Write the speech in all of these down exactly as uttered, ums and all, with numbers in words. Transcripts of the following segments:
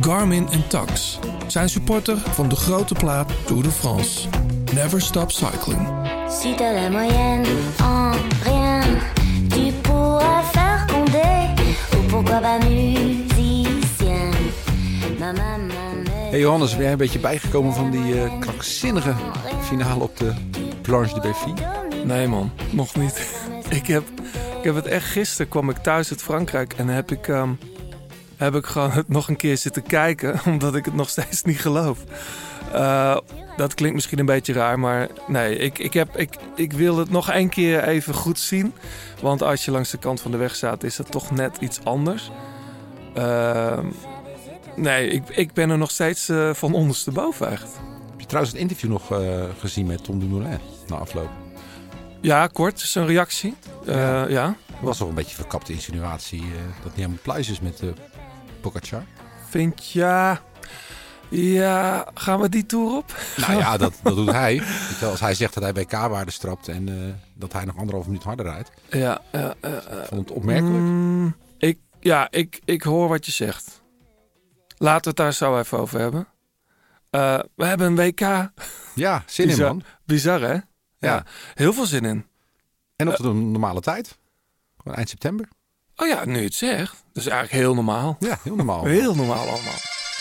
Garmin en Tax zijn supporter van de grote plaat Tour de France. Never Stop Cycling. Si t'as la moyenne en rien, tu pourras faire Condé, ou pourquoi pas musicien. Ma maman. Hey Johannes, ben jij een beetje bijgekomen van die uh, krankzinnige finale op de Planche de Belfi? Nee man, nog niet. ik, heb, ik heb het echt gisteren kwam ik thuis uit Frankrijk en heb ik, um, heb ik gewoon het nog een keer zitten kijken, omdat ik het nog steeds niet geloof. Uh, dat klinkt misschien een beetje raar, maar nee, ik, ik, heb, ik, ik wil het nog één keer even goed zien. Want als je langs de kant van de weg staat, is dat toch net iets anders. Uh, nee, ik, ik ben er nog steeds uh, van ondersteboven echt. Heb je trouwens het interview nog uh, gezien met Tom Dumoulin na afloop? Ja, kort, zijn reactie. Uh, ja. ja. Het was toch een beetje een verkapte insinuatie uh, dat het niet helemaal pluis is met uh, Pogacar. Vind je... Ja... Ja, gaan we die tour op? Nou ja, dat, dat doet hij. Als hij zegt dat hij bij K-waarde strapt en uh, dat hij nog anderhalf minuut harder rijdt. Ja, uh, uh, uh, ik vond het opmerkelijk. Mm, ik, ja, ik, ik hoor wat je zegt. Laten we het daar zo even over hebben. Uh, we hebben een W K. Ja, zin Bizar, in man. Bizar hè? Ja. ja, heel veel zin in. En op de uh, normale tijd. Gewoon eind september. Oh ja, nu je het zegt. Dat is eigenlijk heel normaal. Ja, heel normaal. heel normaal allemaal.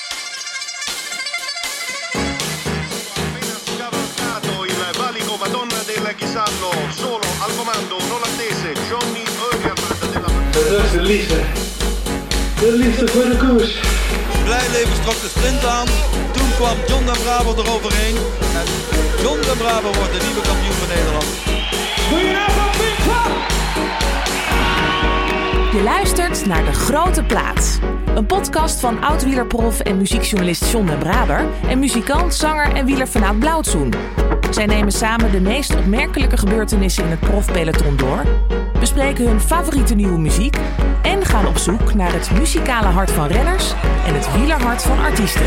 Dat is de liefde. De liefde voor de koers. Blijleven trok de sprint aan. Toen kwam John den Braber eroverheen. En John den Braber wordt de nieuwe kampioen van Nederland. Je luistert naar De Grote Plaats. Een podcast van oud-wielerprof en muziekjournalist John den Braber en muzikant, zanger en wielerfanaat Blauwtsoen. Zij nemen samen de meest opmerkelijke gebeurtenissen in het profpeloton door, bespreken hun favoriete nieuwe muziek en gaan op zoek naar het muzikale hart van renners en het wielerhart van artiesten.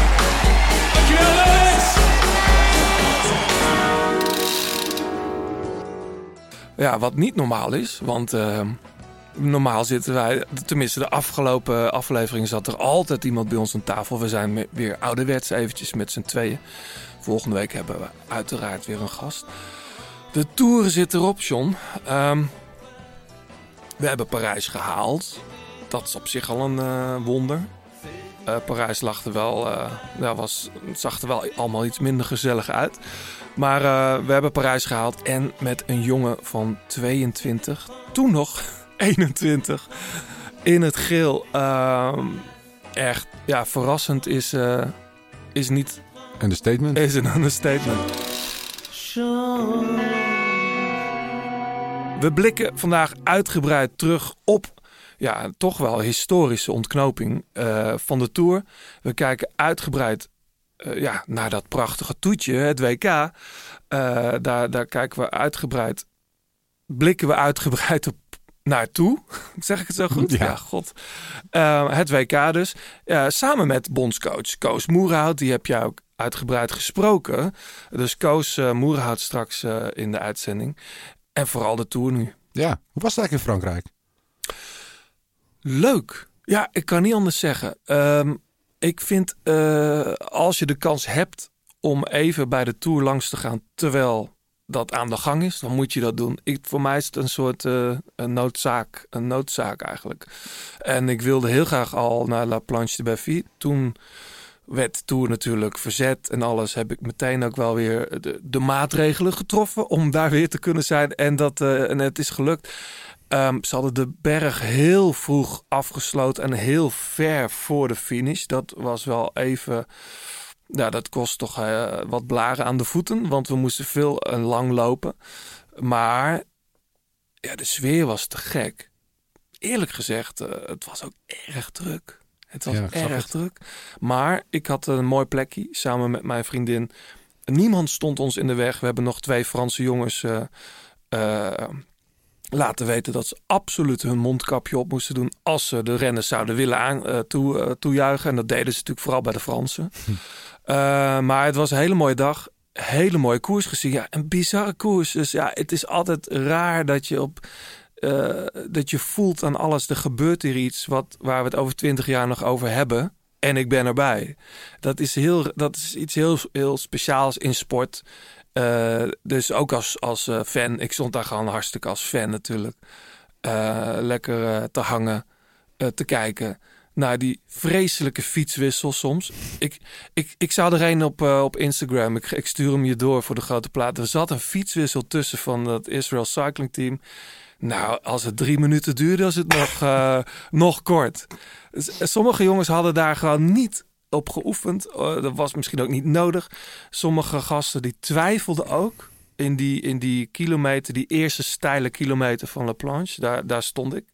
Ja, wat niet normaal is, want uh, normaal zitten wij, tenminste de afgelopen aflevering zat er altijd iemand bij ons aan tafel. We zijn weer ouderwets eventjes met z'n tweeën. Volgende week hebben we uiteraard weer een gast. De Tour zit erop, John. Um, we hebben Parijs gehaald. Dat is op zich al een uh, wonder. Uh, Parijs lag er wel, uh, ja, was, het zag er wel allemaal iets minder gezellig uit. Maar uh, we hebben Parijs gehaald en met een jongen van tweeëntwintig, toen nog eenentwintig, in het geel. Uh, echt, ja, verrassend is, uh, is niet... Understatement. Is een understatement. We blikken vandaag uitgebreid terug op, ja, toch wel historische ontknoping uh, van de Tour. We kijken uitgebreid uh, ja, naar dat prachtige toetje, het W K. Uh, daar, daar kijken we uitgebreid, blikken we uitgebreid op naartoe. Zeg ik het zo goed? Ja, ja god. Uh, het W K dus. Uh, samen met bondscoach Koos Moerhout. Die heb jij ook uitgebreid gesproken. Dus Koos uh, Moerhout straks uh, in de uitzending. En vooral de Tour nu. Ja, hoe was het eigenlijk in Frankrijk? Leuk. Ja, ik kan niet anders zeggen. Um, ik vind, uh, als je de kans hebt om even bij de Tour langs te gaan terwijl dat aan de gang is, dan moet je dat doen. Ik, voor mij is het een soort uh, een noodzaak, een noodzaak eigenlijk. En ik wilde heel graag al naar La Planche de Belfi. Toen werd de Tour natuurlijk verzet en alles. Heb ik meteen ook wel weer de, de maatregelen getroffen om daar weer te kunnen zijn. En, dat, uh, en het is gelukt. Um, ze hadden de berg heel vroeg afgesloten en heel ver voor de finish. Dat was wel even... Ja, dat kost toch uh, wat blaren aan de voeten, want we moesten veel en lang lopen. Maar ja, de sfeer was te gek. Eerlijk gezegd, uh, het was ook erg druk. Het was ja, erg het. druk. Maar ik had een mooi plekje samen met mijn vriendin. Niemand stond ons in de weg. We hebben nog twee Franse jongens uh, uh, laten weten dat ze absoluut hun mondkapje op moesten doen als ze de renners zouden willen aan, uh, toe, uh, toejuichen. En dat deden ze natuurlijk vooral bij de Fransen. Hm. Uh, maar het was een hele mooie dag. Hele mooie koers gezien. Ja, een bizarre koers. Dus ja, het is altijd raar dat je op uh, dat je voelt aan alles. Er gebeurt hier iets wat, waar we het over twintig jaar nog over hebben. en ik ben erbij. Dat is, heel, dat is iets heel, heel speciaals in sport. Uh, dus ook als, als uh, fan, ik stond daar gewoon hartstikke als fan natuurlijk. Uh, lekker uh, te hangen, uh, te kijken naar die vreselijke fietswissel soms. Ik, ik, ik zou er een op, uh, op Instagram, ik, ik stuur hem je door voor de grote plaat. Er zat een fietswissel tussen van het Israel Cycling Team. Nou, als het drie minuten duurde, was het nog, uh, nog kort. Sommige jongens hadden daar gewoon niet op geoefend. Uh, dat was misschien ook niet nodig. Sommige gasten die twijfelden ook in die, in die kilometer, die eerste steile kilometer van La Planche. Daar, daar stond ik.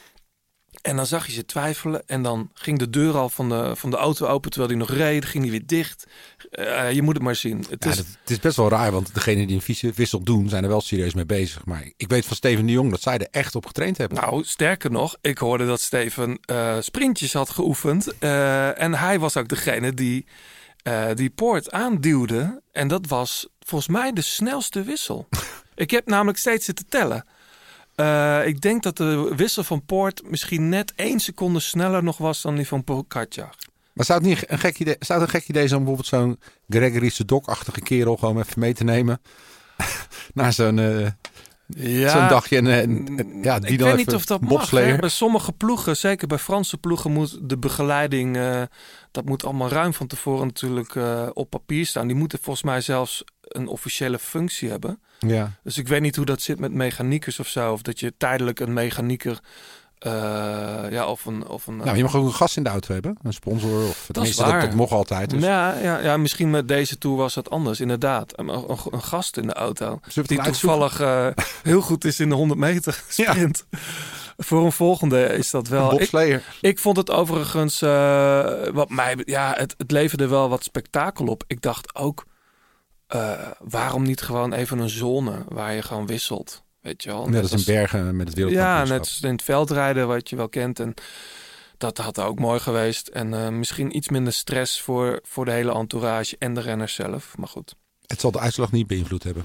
En dan zag je ze twijfelen en dan ging de deur al van de, van de auto open terwijl die nog reed. Ging die weer dicht. Uh, je moet het maar zien. Het, ja, is... dat, het is best wel raar, want degenen die een fietswissel doen zijn er wel serieus mee bezig. Maar ik weet van Steven de Jong dat zij er echt op getraind hebben. Nou, sterker nog, ik hoorde dat Steven uh, sprintjes had geoefend. Uh, en hij was ook degene die uh, die Poort aanduwde. En dat was volgens mij de snelste wissel. Ik heb namelijk steeds zitten tellen. Uh, ik denk dat de wissel van Poort misschien net één seconde sneller nog was dan die van Pogačar. Maar zou het niet een gek idee, zou het een gek idee zijn om bijvoorbeeld zo'n Gregory Sedok-achtige kerel gewoon even mee te nemen naar zo'n, uh, ja, zo'n dagje en, en, en ja, die ik dan weet even niet of dat bobsleeën. mag. Hè? Bij sommige ploegen, zeker bij Franse ploegen, moet de begeleiding, uh, dat moet allemaal ruim van tevoren natuurlijk uh, op papier staan. Die moeten volgens mij zelfs een officiële functie hebben. Ja. Dus ik weet niet hoe dat zit met mechaniekers of zo. Of dat je tijdelijk een mechanieker uh, ja, of een... Of een nou, je mag ook een gast in de auto hebben. Een sponsor. Of dat is waar. Dat, dat mocht altijd. Dus. Ja, ja, ja, misschien met deze tour was dat anders. Inderdaad. Een, een, een gast in de auto. Die toevallig uh, heel goed is in de honderd meter sprint. Ja. Voor een volgende is dat wel... Ik, ik vond het overigens... Uh, wat mij, ja, het, het leverde wel wat spektakel op. Ik dacht ook... Uh, waarom niet gewoon even een zone waar je gewoon wisselt? Weet je wel? Net als in Bergen met het wereldkampioenschap. Ja, net als in het veldrijden wat je wel kent. En dat had ook mooi geweest. En uh, misschien iets minder stress voor, voor de hele entourage en de renners zelf. Maar goed. Het zal de uitslag niet beïnvloed hebben.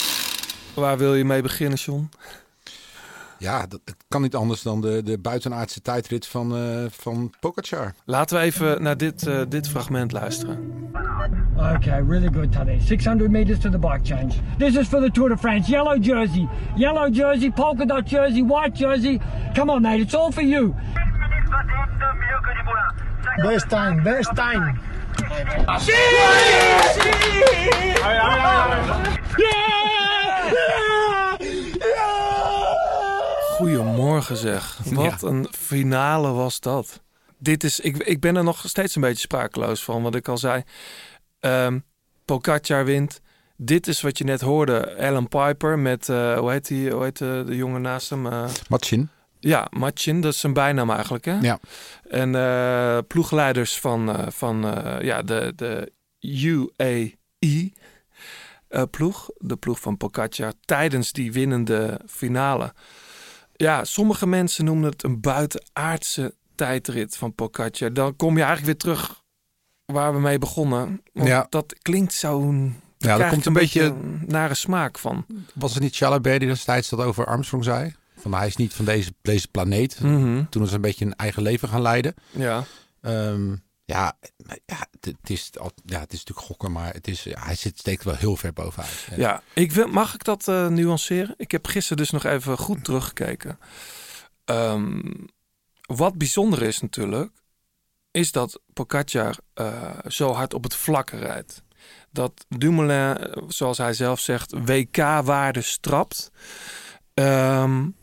Waar wil je mee beginnen, John? Ja, dat kan niet anders dan de, de buitenaardse tijdrit van, uh, van Pogačar. Laten we even naar dit, uh, dit fragment luisteren. Okay, really good, Tadej. six hundred meters to the bike change. This is for the Tour de France. Yellow jersey. Yellow jersey, polka dot jersey, white jersey. Come on, mate, it's all for you. Best time, best time. Goedemorgen zeg. Wat ja. een finale was dat. Dit is, ik, ik ben er nog steeds een beetje sprakeloos van. Wat ik al zei. Um, Pogačar wint. Dit is wat je net hoorde. Alan Piper met, uh, hoe heet, die, hoe heet de, de jongen naast hem? Uh, Machin. Ja, Machin. Dat is zijn bijnaam eigenlijk. Hè? Ja. En uh, ploegleiders van, uh, van uh, ja, de, de U A E uh, ploeg. De ploeg van Pogačar. Tijdens die winnende finale. Ja, sommige mensen noemen het een buitenaardse tijdrit van Pogačar. Dan kom je eigenlijk weer terug waar we mee begonnen. Want ja. dat klinkt zo'n... Ja, daar komt een, een beetje nare smaak van. Was het niet Chalabert die destijds dat over Armstrong zei? Van hij is niet van deze, deze planeet. Mm-hmm. Toen is een beetje een eigen leven gaan leiden. Ja. Um, ja, ja, het, het is, ja, het is natuurlijk gokken, maar het is, ja, hij zit, steekt wel heel ver bovenuit. Ja, ja ik wil, mag ik dat uh, nuanceren? Ik heb gisteren dus nog even goed teruggekeken. Um, wat bijzonder is natuurlijk, is dat Pogačar uh, zo hard op het vlakke rijdt. Dat Dumoulin, zoals hij zelf zegt, W K-waarde strapt. Um,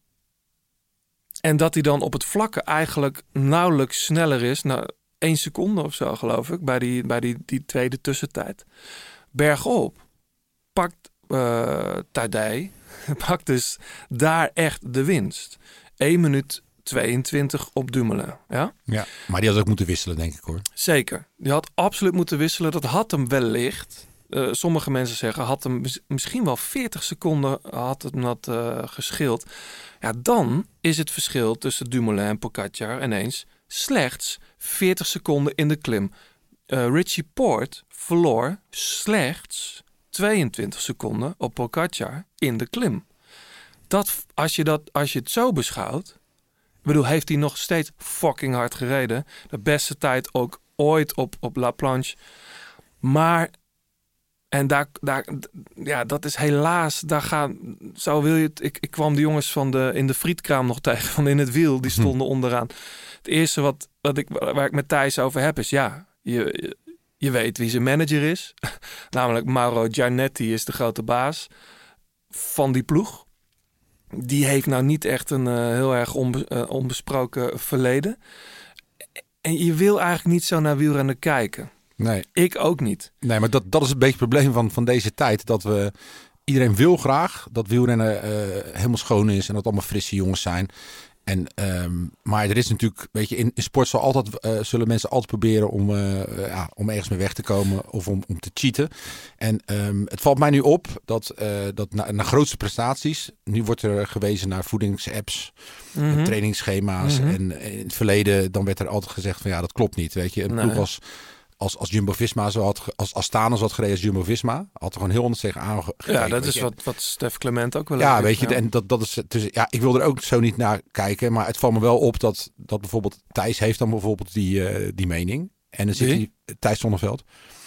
en dat hij dan op het vlakke eigenlijk nauwelijks sneller is. Nou, één seconde of zo geloof ik, bij die, bij die, die tweede tussentijd. Bergop pakt uh, Tadej, pakt dus daar echt de winst. één minuut tweeëntwintig op Dumoulin. Ja? Ja, maar die had ook moeten wisselen, denk ik hoor. Zeker. Die had absoluut moeten wisselen. Dat had hem wellicht. Uh, sommige mensen zeggen, had hem misschien wel veertig seconden had het dat, uh, gescheeld. Ja, dan is het verschil tussen Dumoulin en Pogačar ineens slechts veertig seconden in de klim. Uh, Richie Porte verloor slechts tweeëntwintig seconden op Pogačar in de klim. Dat, als je dat, als je het zo beschouwt, Ik bedoel, heeft hij nog steeds fucking hard gereden. De beste tijd ook ooit op, op La Planche. Maar, en daar, daar, ja, dat is helaas, daar gaan, zo wil je het. Ik, ik kwam de jongens van de, in de frietkraam nog tegen, van In het Wiel, die stonden hm. onderaan. Het eerste wat, wat ik, waar ik met Thijs over heb is, ja, je, je weet wie zijn manager is. Namelijk Mauro Giannetti is de grote baas van die ploeg. Die heeft nou niet echt een uh, heel erg onbe- uh, onbesproken verleden. En je wil eigenlijk niet zo naar wielrennen kijken. Nee. Ik ook niet. Nee, maar dat, dat is een beetje het probleem van, van deze tijd. Dat we, iedereen wil graag dat wielrennen uh, helemaal schoon is. En dat allemaal frisse jongens zijn. En, um, maar er is natuurlijk, weet je, in, in sport zal altijd, uh, zullen mensen altijd proberen om, uh, ja, om ergens mee weg te komen of om, om te cheaten. En um, het valt mij nu op dat, uh, dat na, na grootste prestaties, nu wordt er gewezen naar voedingsapps, mm-hmm. trainingsschema's. Mm-hmm. En in het verleden dan werd er altijd gezegd van ja, dat klopt niet. Weet je, een nee. ploeg was... Als, als Jumbo-Visma zo had, als Astana zo had gereden als Jumbo-Visma, had er gewoon heel anders tegenaan gekeken. Ja, dat is wat, wat Stef Clement ook wel Ja, heeft, weet je, ja. en dat, dat is, dus, ja, ik wil er ook zo niet naar kijken, maar het valt me wel op dat, dat bijvoorbeeld Thijs heeft dan bijvoorbeeld die, uh, die mening. En dan zit hij, Thijs Zonneveld,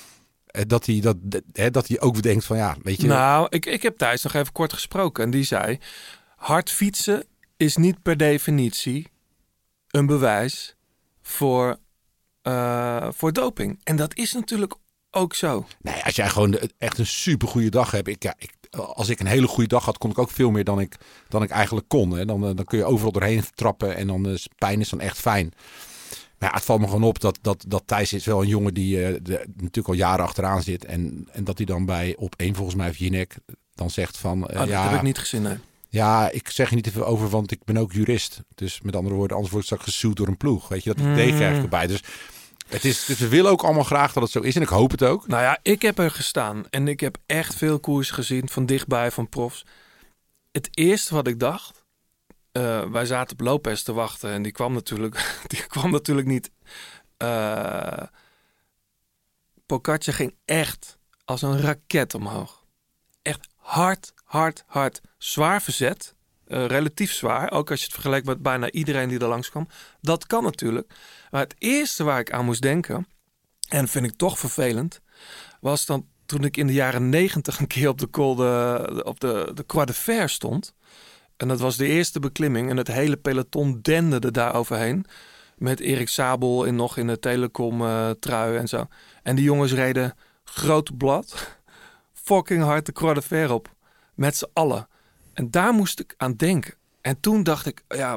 dat hij, dat, hè, dat hij ook bedenkt van ja, weet je. Nou, ik, ik heb Thijs nog even kort gesproken en die zei, hard fietsen is niet per definitie een bewijs voor... Uh, voor doping. En dat is natuurlijk ook zo. Nee, als jij gewoon de, echt een supergoeie dag hebt. Ik, ja, ik, als ik een hele goede dag had, kon ik ook veel meer dan ik, dan ik eigenlijk kon. Hè. Dan, dan kun je overal doorheen trappen en dan is pijn is dan echt fijn. Maar ja, het valt me gewoon op dat, dat, dat Thijs is wel een jongen die uh, de, natuurlijk al jaren achteraan zit. En, en dat hij dan bij op één volgens mij Jinek dan zegt van... Uh, oh, dat ja, heb ik niet gezien, nee. Ja, ik zeg er niet even over, want ik ben ook jurist. Dus met andere woorden, anders word ik straks gesuwd door een ploeg. Weet je, dat idee mm. krijg ik erbij. Dus... Het is, dus we willen ook allemaal graag dat het zo is en ik hoop het ook. Nou ja, ik heb er gestaan en ik heb echt veel koers gezien van dichtbij, van profs. Het eerste wat ik dacht, uh, wij zaten op Lopez te wachten en die kwam natuurlijk, die kwam natuurlijk niet. Uh, Pogačar ging echt als een raket omhoog. Echt hard, hard, hard. Zwaar verzet. Uh, relatief zwaar, ook als je het vergelijkt met bijna iedereen die er langskwam. Dat kan natuurlijk. Maar het eerste waar ik aan moest denken, en vind ik toch vervelend, was dan toen ik in de jaren negentig een keer op de Col de, op de, de Croix de Fer stond. En dat was de eerste beklimming en het hele peloton denderde daar overheen. Met Erik Sabel in, nog in de Telecom uh, trui en zo. En die jongens reden groot blad, fucking hard de Croix de Fer op. Met z'n allen. En daar moest ik aan denken. En toen dacht ik, ja...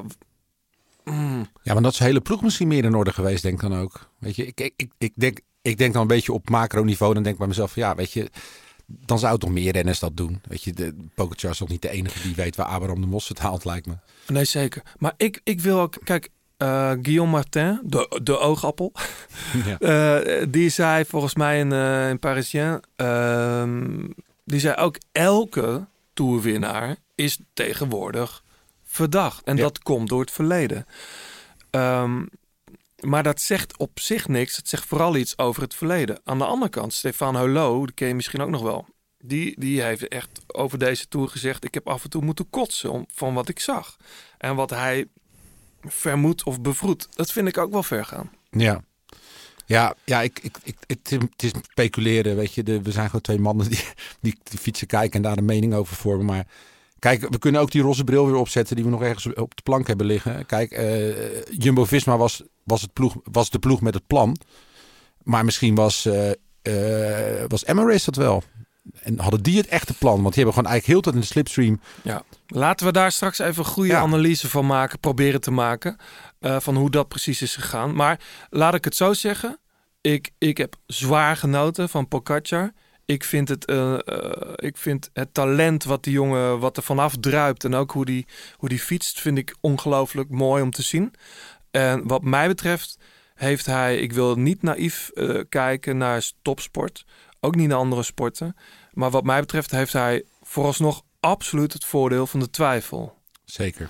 Mm. Ja, maar dat is de hele ploeg misschien meer in orde geweest, denk ik dan ook. Weet je, ik, ik, ik, denk, ik denk dan een beetje op macroniveau. Dan denk ik bij mezelf, ja, weet je... Dan zou het nog meer renners dat doen. Weet je, de Pogačar is nog niet de enige die weet waar Abraham de Mos het haalt, lijkt me. Nee, zeker. Maar ik, ik wil ook... Kijk, uh, Guillaume Martin, de, de oogappel... Ja. uh, die zei volgens mij in, uh, in Parisien... Uh, die zei ook, elke toerwinnaar is tegenwoordig verdacht. En ja. dat komt door het verleden. Um, maar dat zegt op zich niks. Het zegt vooral iets over het verleden. Aan de andere kant, Stefan Heulo, die ken je misschien ook nog wel. Die, die heeft echt over deze Tour gezegd... ik heb af en toe moeten kotsen om, van wat ik zag. En wat hij vermoedt of bevroedt. Dat vind ik ook wel ver gaan. Ja. Ja, ja ik, ik, ik, het, het is speculeren, weet je. De, we zijn gewoon twee mannen die, die, die fietsen kijken en daar een mening over vormen. Maar kijk, we kunnen ook die roze bril weer opzetten die we nog ergens op de plank hebben liggen. Kijk, uh, Jumbo-Visma was, was, het ploeg, was de ploeg met het plan. Maar misschien was, uh, uh, was Emirates dat wel. En hadden die het echte plan? Want die hebben gewoon eigenlijk heel tijd in de slipstream. Ja, laten we daar straks even een goede ja. analyse van maken. Proberen te maken. Uh, van hoe dat precies is gegaan. Maar laat ik het zo zeggen. Ik, ik heb zwaar genoten van Pogačar. Ik vind het, uh, uh, ik vind het talent wat die jongen, wat er vanaf druipt. En ook hoe die, hoe die fietst, vind ik ongelooflijk mooi om te zien. En wat mij betreft heeft hij, ik wil niet naïef uh, kijken naar topsport. Ook niet naar andere sporten. Maar wat mij betreft heeft hij vooralsnog absoluut het voordeel van de twijfel. Zeker.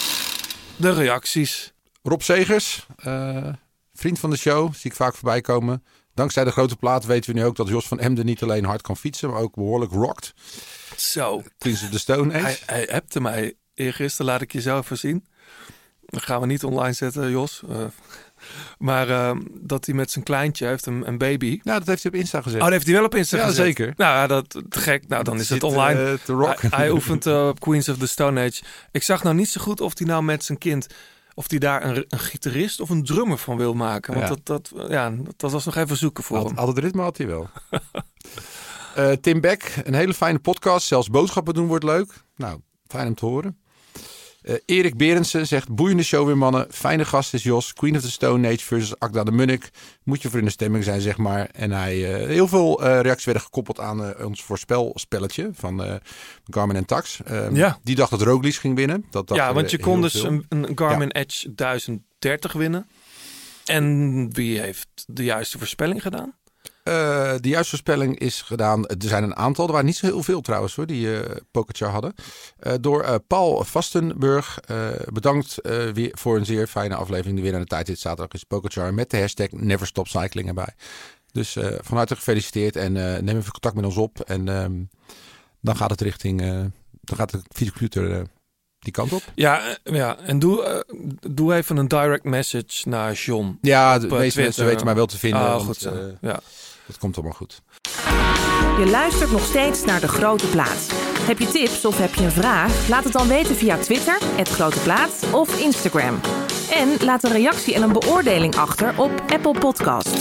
De reacties. Rob Segers, uh, vriend van de show, zie ik vaak voorbij komen. Dankzij de grote plaat weten we nu ook dat Jos van Emden niet alleen hard kan fietsen, maar ook behoorlijk rockt. Zo. Queens of the Stone Age. Hij, hij hebte mij eergisteren, laat ik je zo even zien. Dat gaan we niet online zetten, Jos. Uh, maar uh, dat hij met zijn kleintje heeft, een, een baby. Ja, dat heeft hij op Insta gezet. Oh, dat heeft hij wel op Insta ja, gezet? Ja, zeker. Nou, dat te gek. Nou, dan dat is het zit, online. Uh, te rocken. Hij, hij oefent uh, op Queens of the Stone Age. Ik zag nou niet zo goed of hij nou met zijn kind... of hij daar een, een gitarist of een drummer van wil maken. Want ja. Dat, dat, ja, dat was nog even zoeken voor had, hem. Had het ritme had hij wel. uh, Tim Beck, een hele fijne podcast. Zelfs boodschappen doen wordt leuk. Nou, fijn om te horen. Uh, Erik Berendsen zegt, boeiende show weer mannen. Fijne gast is Jos. Queen of the Stone Age versus Akda de Munnik. Moet je voor in de stemming zijn, zeg maar. En hij, uh, heel veel uh, reacties werden gekoppeld aan uh, ons voorspelspelletje van uh, Garmin en Tax. Uh, ja. Die dacht dat Roglic ging winnen. Dat dacht ja, want je kon dus veel. een, een Garmin ja. Edge duizend dertig winnen. En wie heeft de juiste voorspelling gedaan? Uh, de juiste voorspelling is gedaan. Er zijn een aantal. Er waren niet zo heel veel trouwens hoor. Die uh, Pogačar hadden. Uh, door uh, Paul Vastenburg. Uh, bedankt uh, weer voor een zeer fijne aflevering. De winnaar aan de tijdrit zaterdag is Pogačar. Met de hashtag Never Stop Cycling erbij. Dus uh, van harte gefeliciteerd. En uh, neem even contact met ons op. En um, dan gaat het richting... Uh, dan gaat de fietscomputer uh, die kant op. Ja, ja. En doe, uh, doe even een direct message naar John. Ja, de meeste mensen weten mij wel te vinden. Oh, want, goed zo. Uh, ja. Dat komt allemaal goed. Je luistert nog steeds naar De Grote Plaats. Heb je tips of heb je een vraag? Laat het dan weten via Twitter, het Grote Plaats of Instagram. En laat een reactie en een beoordeling achter op Apple Podcast.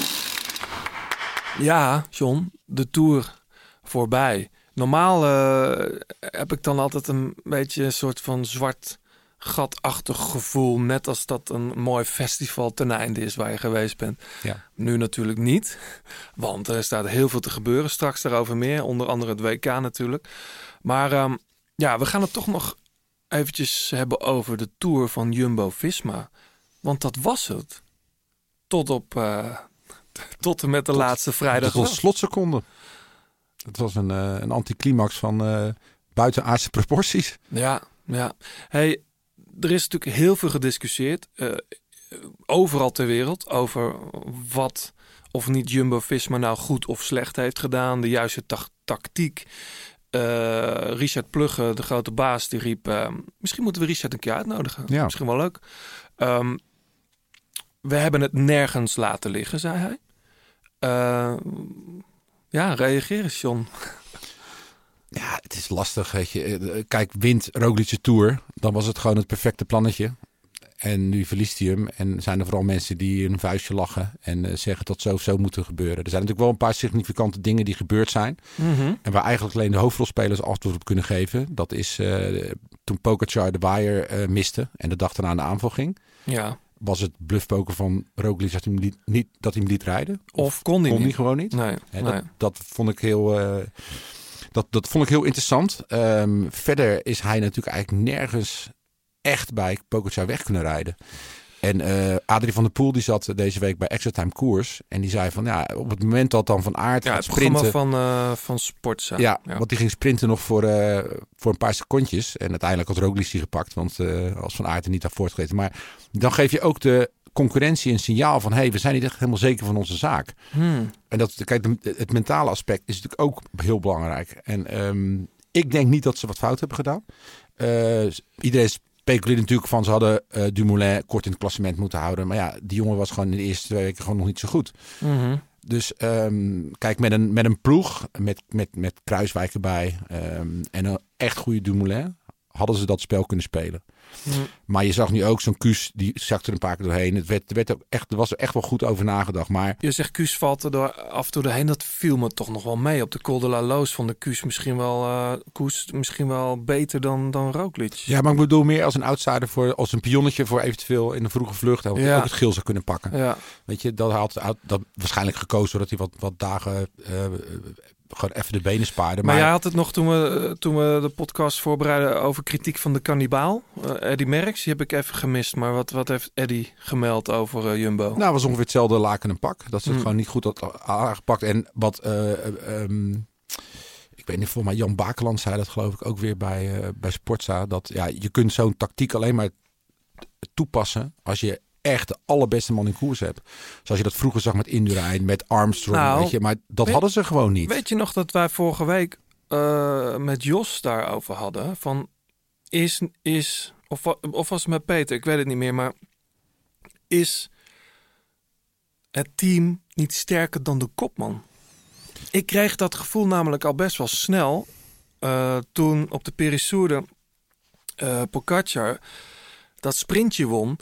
Ja, John, de Tour voorbij. Normaal uh, heb ik dan altijd een beetje een soort van zwart gatachtig gevoel. Net als dat een mooi festival ten einde is waar je geweest bent. Ja. Nu natuurlijk niet. Want er staat heel veel te gebeuren. Straks daarover meer. Onder andere het W K natuurlijk. Maar um, ja, we gaan het toch nog eventjes hebben over de Tour van Jumbo-Visma. Want dat was het. Tot op... Uh, tot en met de tot, laatste vrijdag. Dat was slotseconde. Het was een, uh, een anticlimax van uh, buitenaardse proporties. Ja, ja. Hey, er is natuurlijk heel veel gediscussieerd. Uh, overal ter wereld. Over wat of niet Jumbo-Visma nou goed of slecht heeft gedaan. De juiste ta- tactiek. Uh, Richard Plugge, de grote baas, die riep... Uh, misschien moeten we Richard een keer uitnodigen. Ja. Misschien wel leuk. Um, we hebben het nergens laten liggen, zei hij. Uh, ja, reageer eens, John. Ja, het is lastig, weet je. Kijk, wint Roglic de Tour, dan was het gewoon het perfecte plannetje. En nu verliest hij hem. En zijn er vooral mensen die een vuistje lachen en uh, zeggen dat zo of zo moet gebeuren. Er zijn natuurlijk wel een paar significante dingen die gebeurd zijn. Mm-hmm. En waar eigenlijk alleen de hoofdrolspelers antwoord op kunnen geven. Dat is uh, toen Pogačar de waaier uh, miste en de dag daarna aan de aanval ging. Ja. Was het bluffpoker van Roglic dat hij hem liet, niet, dat hij hem liet rijden? Of, of kon hij kon niet? Hij gewoon niet? Nee, He, nee. Dat, dat vond ik heel... Uh, dat, dat vond ik heel interessant. Um, verder is hij natuurlijk eigenlijk nergens echt bij Pogačar weg kunnen rijden. En uh, Adrie van der Poel die zat deze week bij Extra Time Koers. En die zei van ja, op het moment dat dan Van Aert ja, gaat het sprinten. Van, uh, van Sportza. Ja, ja, want die ging sprinten nog voor, uh, voor een paar secondjes. En uiteindelijk had Roglic die gepakt. Want uh, als Van Aert er niet had voortgereden. Maar dan geef je ook de concurrentie een signaal van... hé, hey, we zijn niet echt helemaal zeker van onze zaak. Hmm. En dat, kijk, het mentale aspect is natuurlijk ook heel belangrijk. En um, ik denk niet dat ze wat fout hebben gedaan. Uh, iedereen speculeert natuurlijk van... ze hadden uh, Dumoulin kort in het klassement moeten houden. Maar ja, die jongen was gewoon in de eerste twee weken gewoon nog niet zo goed. Mm-hmm. Dus um, kijk, met een, met een ploeg, met, met, met Kruiswijk erbij... Um, en een echt goede Dumoulin... hadden ze dat spel kunnen spelen. Mm. Maar je zag nu ook zo'n Kuus, die zakte er een paar keer doorheen. Het werd, er, werd ook echt, er was er echt wel goed over nagedacht. Maar je zegt Kuus valt er door, af en toe doorheen. Dat viel me toch nog wel mee. Op de Col de la Loos vond de Kuus misschien wel, uh, Koes misschien wel beter dan, dan Roglic. Ja, maar ik bedoel meer als een outsider, voor, als een pionnetje voor eventueel in de vroege vlucht. Dat ja. ook het geel zou kunnen pakken. Ja. Weet je, dat had dat waarschijnlijk gekozen zodat hij wat, wat dagen... Uh, gewoon even de benen spaarde. Maar, maar jij had het nog toen we, toen we de podcast voorbereiden over kritiek van de kannibaal. Uh, Eddy Merckx, die heb ik even gemist. Maar wat, wat heeft Eddy gemeld over uh, Jumbo? Nou, was ongeveer hetzelfde laken en pak. Dat ze het mm. gewoon niet goed had aangepakt. En wat, uh, um, ik weet niet, volgens mij Jan Bakeland zei dat geloof ik ook weer bij, uh, bij Sportza. Dat ja, je kunt zo'n tactiek alleen maar toepassen als je echt de allerbeste man in koers hebt. Zoals je dat vroeger zag met Indurain, met Armstrong, nou, weet je. Maar dat weet, hadden ze gewoon niet. Weet je nog dat wij vorige week uh, met Jos daarover hadden? Van is, is Of, of was het met Peter? Ik weet het niet meer. Maar is het team niet sterker dan de kopman? Ik kreeg dat gevoel namelijk al best wel snel. Uh, toen op de Périssourde uh, Pogačar dat sprintje won.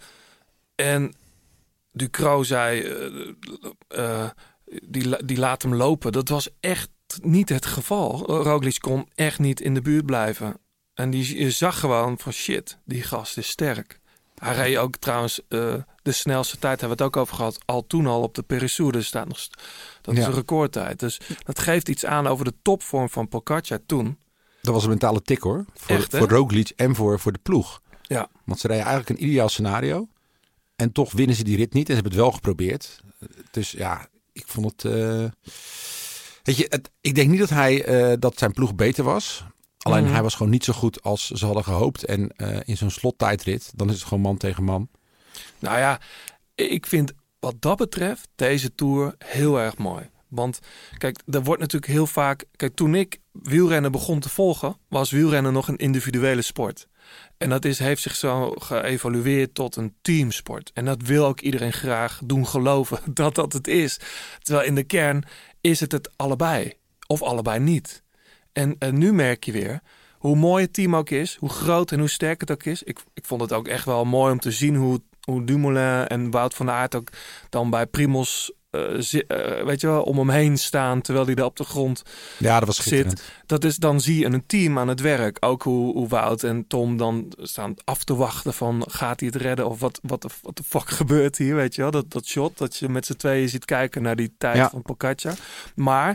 En Ducrot zei, uh, uh, die, die laat hem lopen. Dat was echt niet het geval. Roglič kon echt niet in de buurt blijven. En die, je zag gewoon van shit, die gast is sterk. Hij reed ook trouwens uh, de snelste tijd, hebben we het ook over gehad, al toen al op de Périssourde staat nog. Dat is ja. een recordtijd. Dus dat geeft iets aan over de topvorm van Pogačar toen. Dat was een mentale tik hoor. Voor, Echt, voor Roglič en voor, voor de ploeg. Ja. Want ze reden eigenlijk een ideaal scenario. En toch winnen ze die rit niet. En ze hebben het wel geprobeerd. Dus ja, ik vond het... Uh... Weet je, het, ik denk niet dat, hij, uh, dat zijn ploeg beter was. Alleen mm. hij was gewoon niet zo goed als ze hadden gehoopt. En uh, in zo'n slottijdrit, dan is het gewoon man tegen man. Nou ja, ik vind wat dat betreft deze Tour heel erg mooi. Want kijk, er wordt natuurlijk heel vaak... Kijk, toen ik wielrennen begon te volgen, was wielrennen nog een individuele sport. En dat is, heeft zich zo geëvolueerd tot een teamsport. En dat wil ook iedereen graag doen geloven dat dat het is. Terwijl in de kern is het het allebei. Of allebei niet. En, en nu merk je weer hoe mooi het team ook is. Hoe groot en hoe sterk het ook is. Ik, ik vond het ook echt wel mooi om te zien hoe, hoe Dumoulin en Wout van Aert ook dan bij Primoz... Uh, zi- uh, weet je wel, om hem heen staan terwijl hij daar op de grond ja, dat was zit. Dat is, dan zie je een team aan het werk. Ook hoe, hoe Wout en Tom dan staan af te wachten van gaat hij het redden of wat, wat, de, wat de fuck gebeurt hier, weet je wel. Dat, dat shot, dat je met z'n tweeën ziet kijken naar die tijd ja. van Pogačar. Maar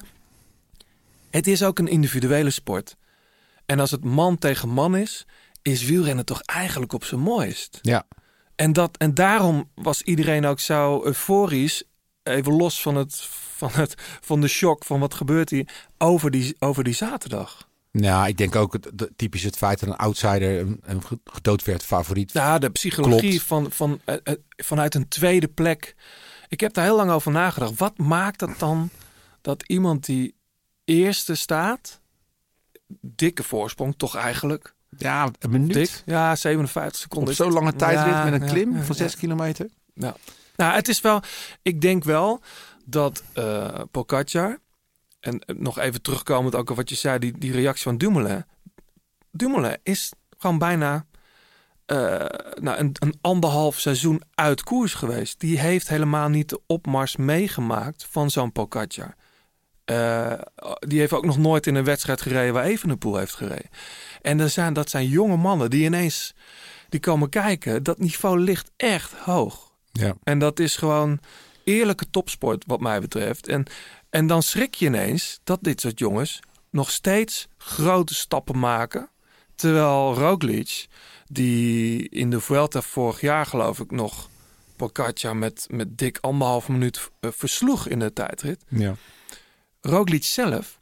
het is ook een individuele sport. En als het man tegen man is, is wielrennen toch eigenlijk op zijn mooist. Ja. En, dat, en daarom was iedereen ook zo euforisch. Even los van, het, van, het, van de shock van wat gebeurt hier over die, over die zaterdag. Nou, ik denk ook het, het, typisch het feit dat een outsider een, een gedood werd favoriet. Ja, de psychologie van, van, uh, uh, vanuit een tweede plek. Ik heb daar heel lang over nagedacht. Wat maakt het dan dat iemand die eerste staat, dikke voorsprong toch eigenlijk? Ja, een minuut. Dik, ja, zevenenvijftig seconden. Op zo'n lange tijdrit ja, met een klim ja, ja, van zes ja. kilometer. Ja. Nou, het is wel... Ik denk wel dat uh, Pogačar... En nog even terugkomend ook op wat je zei... Die, die reactie van Dumoulin. Dumoulin is gewoon bijna... Uh, nou, een, een anderhalf seizoen uit koers geweest. Die heeft helemaal niet de opmars meegemaakt... van zo'n Pogačar. Uh, die heeft ook nog nooit in een wedstrijd gereden... waar Evenepoel heeft gereden. En er zijn, dat zijn jonge mannen die ineens... die komen kijken. Dat niveau ligt echt hoog. Ja. En dat is gewoon eerlijke topsport wat mij betreft. En, en dan schrik je ineens dat dit soort jongens nog steeds grote stappen maken. Terwijl Roglič, die in de Vuelta vorig jaar geloof ik nog Pogačar met, met dik anderhalf minuut uh, versloeg in de tijdrit. Ja. Roglič zelf,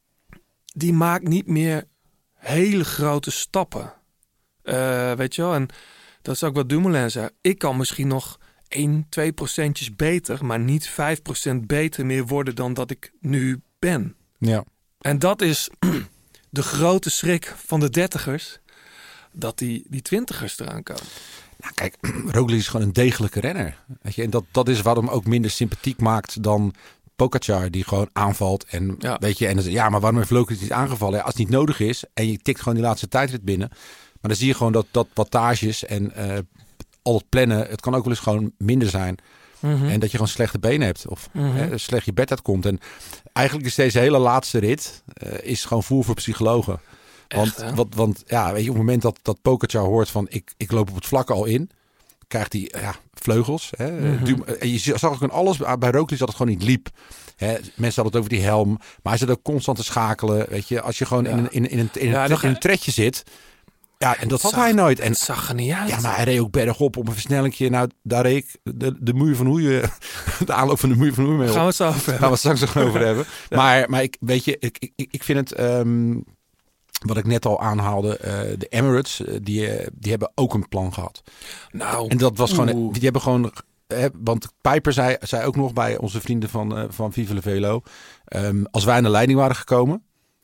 die maakt niet meer hele grote stappen. Uh, weet je wel, en dat is ook wat Dumoulin zei. Ik kan misschien nog één, twee procentjes beter, maar niet vijf procent beter meer worden dan dat ik nu ben. Ja. En dat is de grote schrik van de dertigers, dat die, die twintigers eraan komen. Nou, kijk, Roglič is gewoon een degelijke renner. Weet je? En dat, dat is wat hem ook minder sympathiek maakt dan Pogačar, die gewoon aanvalt. En ja, weet je, en dan, ja, maar waarom heeft Roglič niet aangevallen? Ja, als het niet nodig is en je tikt gewoon die laatste tijdrit binnen. Maar dan zie je gewoon dat, dat wattages en uh, al het plannen, het kan ook wel eens gewoon minder zijn. Mm-hmm. En dat je gewoon slechte benen hebt. Of mm-hmm. hè, slecht je bed uitkomt. En eigenlijk is deze hele laatste rit uh, is gewoon voer voor psychologen. Want, Echt, wat, want ja, weet je, op het moment dat, dat Pogačar hoort van ik, ik loop op het vlakke al in, krijgt hij ja, vleugels. Hè, mm-hmm. du- en je zag ook aan alles bij Roglič dat het gewoon niet liep. Hè, mensen hadden het over die helm. Maar hij zat ook constant te schakelen. Weet je, als je gewoon ja. in, een, in, in, een, in, ja, een, nog, in een tredje zit. Ja, en dat had zag, hij nooit. En het zag er niet uit. Ja, maar hij reed ook bergop op een versnellingje. Nou, daar reed ik de, de muur van Hoeien, de aanloop van de muur van Hoeien mee op. Gaan we het zo over hebben. Gaan we het straks nog over hebben. Ja. Maar, maar ik, weet je, ik, ik, ik vind het, um, wat ik net al aanhaalde, uh, de Emirates, uh, die, uh, die hebben ook een plan gehad. Nou, en dat was oeh. gewoon, die hebben gewoon, uh, want Pijper zei, zei ook nog bij onze vrienden van, uh, van Vive le Velo, um, als wij aan de leiding waren gekomen,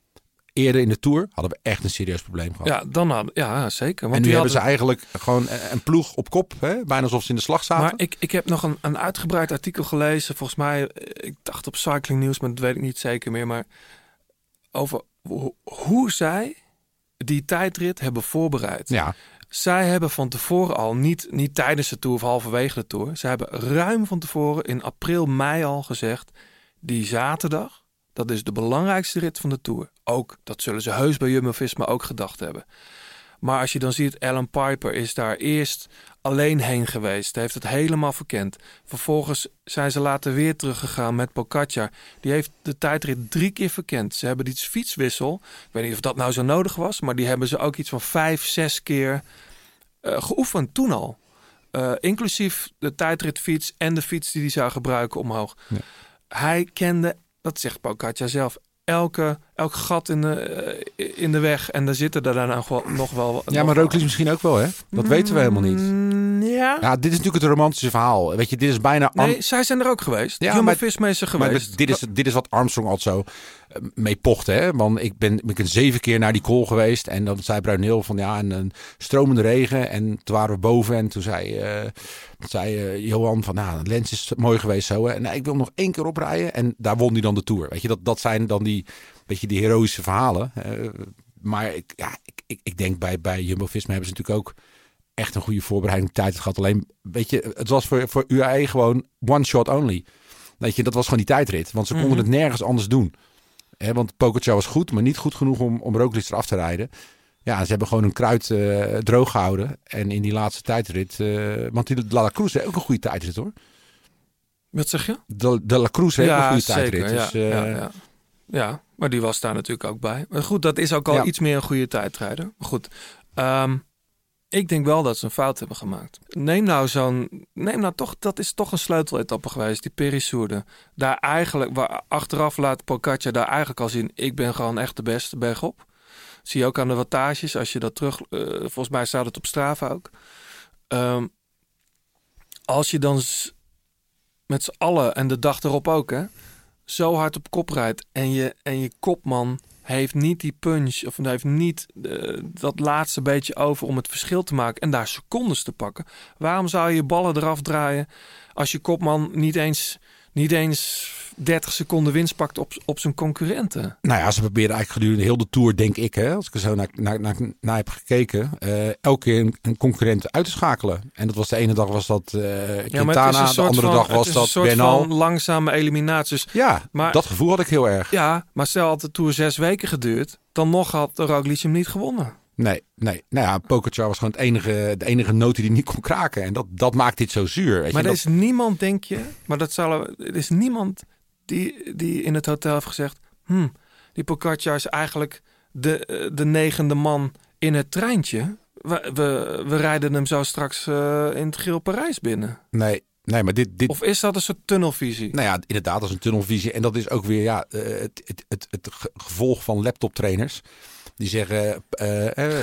eerder in de Tour hadden we echt een serieus probleem gehad. Ja, dan hadden, ja zeker. Want en nu die hebben hadden... ze eigenlijk gewoon een ploeg op kop. Hè? Bijna alsof ze in de slag zaten. Maar ik, ik heb nog een, een uitgebreid artikel gelezen. Volgens mij, ik dacht op Cycling News, maar dat weet ik niet zeker meer. Maar over hoe, hoe zij die tijdrit hebben voorbereid. Ja. Zij hebben van tevoren al, niet, niet tijdens de Tour of halverwege de Tour. Zij hebben ruim van tevoren in april, mei al gezegd. Die zaterdag, dat is de belangrijkste rit van de Tour. Ook, dat zullen ze heus bij Jumbo-Visma ook gedacht hebben. Maar als je dan ziet, Alan Piper is daar eerst alleen heen geweest. Heeft het helemaal verkend. Vervolgens zijn ze later weer teruggegaan met Pogačar. Die heeft de tijdrit drie keer verkend. Ze hebben iets fietswissel. Ik weet niet of dat nou zo nodig was. Maar die hebben ze ook iets van vijf, zes keer uh, geoefend toen al. Uh, inclusief de tijdritfiets en de fiets die hij zou gebruiken omhoog. Ja. Hij kende, dat zegt Pogačar zelf... Elke, elk gat in de, uh, in de weg. En daar zitten er dan nog wel... Nog wel ja, maar Roglič misschien ook wel, hè? Dat mm, weten we helemaal niet. Ja. Ja, dit is natuurlijk het romantische verhaal. Weet je, dit is bijna... Nee, Am- zij zijn er ook geweest. Ja, Jumbo-Visma is er geweest. Maar dit is, dit is wat Armstrong altijd zo uh, mee pochte, hè? Want ik ben, ik ben zeven keer naar die call geweest. En dan zei Bruineel van, ja, een, een stromende regen. En toen waren we boven. En toen zei, uh, zei uh, Johan van, nou, Lens is mooi geweest zo. Hè? En nou, ik wil nog één keer oprijden. En daar won hij dan de Tour. Weet je, dat, dat zijn dan die... Weet je, die heroïsche verhalen. Uh, maar ik, ja, ik, ik, ik denk bij, bij Jumbo-Visma hebben ze natuurlijk ook echt een goede voorbereiding tijd gehad. Alleen, weet je, het was voor, voor U A E gewoon one shot only. Weet je, dat was gewoon die tijdrit. Want ze konden mm-hmm. het nergens anders doen. He, want Pogačar was goed, maar niet goed genoeg om, om Roglič eraf te rijden. Ja, ze hebben gewoon een kruid uh, droog gehouden. En in die laatste tijdrit... Uh, want die De La Cruz heeft ook een goede tijdrit, hoor. Wat zeg je? De, de La Cruz heeft ja, een goede zeker, tijdrit. Ja, dus, uh, ja, ja. Ja, maar die was daar natuurlijk ook bij. Maar goed, dat is ook al ja. iets meer een goede tijdrijder. Maar goed, um, ik denk wel dat ze een fout hebben gemaakt. Neem nou zo'n... Neem nou toch... Dat is toch een sleuteletappe geweest, die Périssourde. Daar eigenlijk... Waar achteraf laat Pogačar daar eigenlijk al zien... Ik ben gewoon echt de beste bergop. Zie je ook aan de wattages. Als je dat terug... Uh, volgens mij staat het op Strava ook. Um, als je dan z- met z'n allen... En de dag erop ook, hè... zo hard op kop rijdt en je, en je kopman heeft niet die punch of heeft niet uh, dat laatste beetje over om het verschil te maken en daar secondes te pakken. Waarom zou je je ballen eraf draaien als je kopman niet eens, niet eens dertig seconden winst pakt op, op zijn concurrenten? Nou ja, ze proberen eigenlijk gedurende heel de Tour, denk ik, hè, als ik er zo naar, naar, naar, naar heb gekeken, uh, elke keer een, een concurrent uit te schakelen. En dat was de ene dag was dat uh, Quintana, ja, de andere van, dag was dat Bernal. Het is een soort van langzame eliminaties. Ja, maar, dat gevoel had ik heel erg. Ja, maar stel had de Tour zes weken geduurd, dan nog had Roglič hem niet gewonnen. Nee, nee. Nou ja, Pogačar was gewoon het enige, de enige noot die hij niet kon kraken. En dat, dat maakt dit zo zuur. Weet maar je, er dat... is niemand, denk je, maar dat zal er, er is niemand die, die in het hotel heeft gezegd, hm, die Pogačar is eigenlijk de, de negende man in het treintje. We, we, we rijden hem zo straks uh, in het geel Parijs binnen. Nee. Nee, maar dit, dit... Of is dat een soort tunnelvisie? Nou ja, inderdaad, dat is een tunnelvisie. En dat is ook weer ja, het, het, het, het gevolg van laptoptrainers. Die zeggen, uh, uh,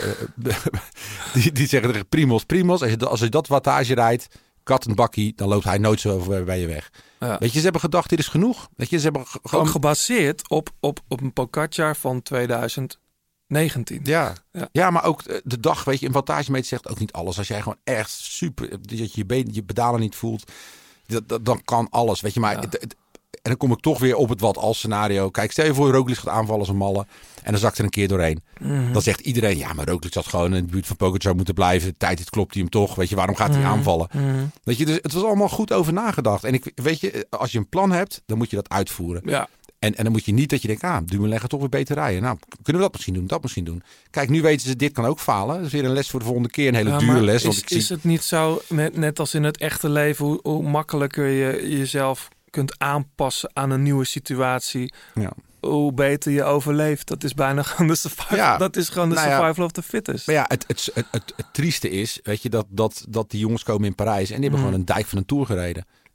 die, die zeggen tegen Primos, Primos, als je, als je dat wattage rijdt, kat en bakkie, dan loopt hij nooit zo over bij je weg. Ja. Weet je, ze hebben gedacht, dit is genoeg. Weet je, ze hebben g- gewoon... Ook gebaseerd op, op, op een Pogačar van twintig negentien. Ja. Ja. ja, maar ook de dag, weet je, een wattagemeter zegt ook niet alles. Als jij gewoon echt super, dat je je, been, je pedalen niet voelt, dat, dat, dan kan alles. Weet je, maar... Ja. Het, het, en dan kom ik toch weer op het wat als scenario. Kijk, stel je voor Roglič gaat aanvallen als een malle. En dan zakt er een keer doorheen. Mm-hmm. Dan zegt iedereen, ja, maar Roglič had gewoon in de buurt van Pogačar moeten blijven. De tijd, het klopt hij hem toch. Weet je, waarom gaat hij mm-hmm. aanvallen? Mm-hmm. Weet je, dus het was allemaal goed over nagedacht. En ik, weet je, als je een plan hebt, dan moet je dat uitvoeren. Ja. En, en dan moet je niet dat je denkt, ah, Dumoulin gaat toch weer beter rijden. Nou, kunnen we dat misschien doen, dat misschien doen. Kijk, nu weten ze, dit kan ook falen. Dat is weer een les voor de volgende keer, een hele ja, dure les. Is, want ik is zie... het niet zo, net, net als in het echte leven, hoe, hoe makkelijker je jezelf kunt aanpassen aan een nieuwe situatie, ja. hoe beter je overleeft. Dat is bijna gewoon de survival, ja, dat is gewoon de nou survival ja, of the fittest. Maar ja, het, het, het, het, het trieste is, weet je, dat, dat, dat die jongens komen in Parijs en die hebben mm. gewoon een dijk van een Tour gereden.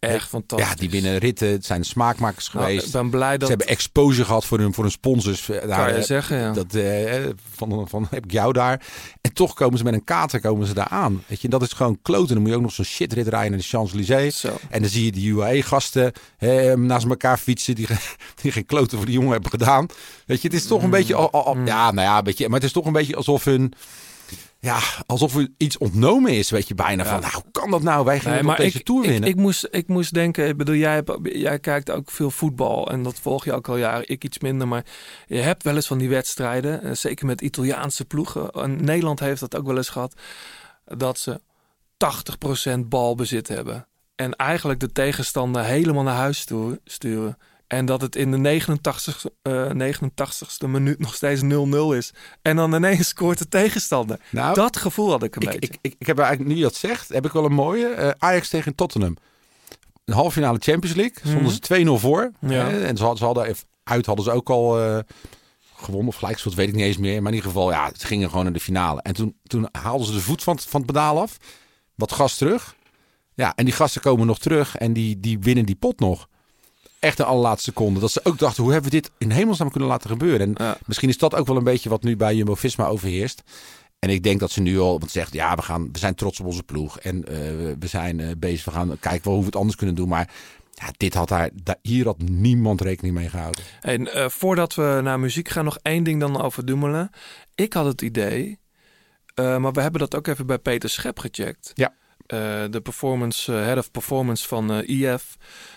Echt fantastisch. Ja, die winnen ritten. Het zijn smaakmakers geweest. Nou, ik ben blij dat... Ze hebben exposure gehad voor hun, voor hun sponsors. Kan daar, je zeggen, ja. Dat, eh, van, van heb ik jou daar. En toch komen ze met een kater komen ze daar aan. Weet je, dat is gewoon kloten. Dan moet je ook nog zo'n shitrit rijden naar de Champs-Élysées. Zo. En dan zie je die U A E-gasten eh, naast elkaar fietsen. Die, die geen kloten voor die jongen hebben gedaan. Weet je, het is toch een mm. beetje... Al, al, ja, nou ja, een beetje, maar het is toch een beetje alsof hun... Ja, alsof er iets ontnomen is, weet je, bijna. Ja. Van, nou, hoe kan dat nou? Wij gaan nee, op deze ik, Tour winnen. Ik, ik, moest, ik moest denken, ik bedoel, jij, hebt, jij kijkt ook veel voetbal. En dat volg je ook al jaren, ik iets minder. Maar je hebt wel eens van die wedstrijden, zeker met Italiaanse ploegen. En Nederland heeft dat ook wel eens gehad. Dat ze tachtig procent balbezit hebben. En eigenlijk de tegenstander helemaal naar huis sturen. En dat het in de negenentachtigste, uh, negenentachtigste minuut nog steeds nul nul is. En dan ineens scoort de tegenstander. Nou, dat gevoel had ik een ik, beetje. Ik, ik, ik heb eigenlijk, nu je dat zegt, heb ik wel een mooie. Uh, Ajax tegen Tottenham. Een halve finale Champions League. Stonden mm. ze twee nul voor. Ja. Hè? En ze hadden, ze hadden even, uit hadden ze ook al uh, gewonnen of gelijkspel, weet ik niet eens meer. Maar in ieder geval, ja, ze gingen gewoon naar de finale. En toen, toen haalden ze de voet van, van het pedaal af. Wat gas terug. Ja, en die gasten komen nog terug. En die, die winnen die pot nog. Echt de allerlaatste seconde. Dat ze ook dachten, hoe hebben we dit in hemelsnaam kunnen laten gebeuren? En ja. misschien is dat ook wel een beetje wat nu bij Jumbo-Visma overheerst. En ik denk dat ze nu al want zegt, ja, we, gaan, we zijn trots op onze ploeg. En uh, we zijn uh, bezig, we gaan kijken wel hoe we het anders kunnen doen. Maar ja, dit had daar, daar, hier had niemand rekening mee gehouden. En uh, voordat we naar muziek gaan, nog één ding dan over Dumoulin. Ik had het idee, uh, maar we hebben dat ook even bij Peter Schep gecheckt. Ja. Uh, de performance, uh, head of performance van uh, I F...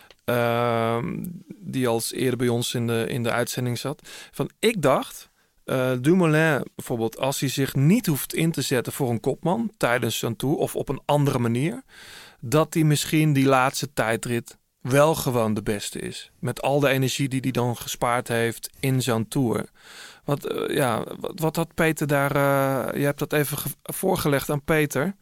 Uh, die al eerder bij ons in de, in de uitzending zat. Van, ik dacht, uh, Dumoulin bijvoorbeeld, als hij zich niet hoeft in te zetten voor een kopman tijdens zo'n tour of op een andere manier, dat hij misschien die laatste tijdrit wel gewoon de beste is. Met al de energie die hij dan gespaard heeft in zo'n tour. Wat, uh, ja, wat, wat had Peter daar... Uh, je hebt dat even ge- voorgelegd aan Peter.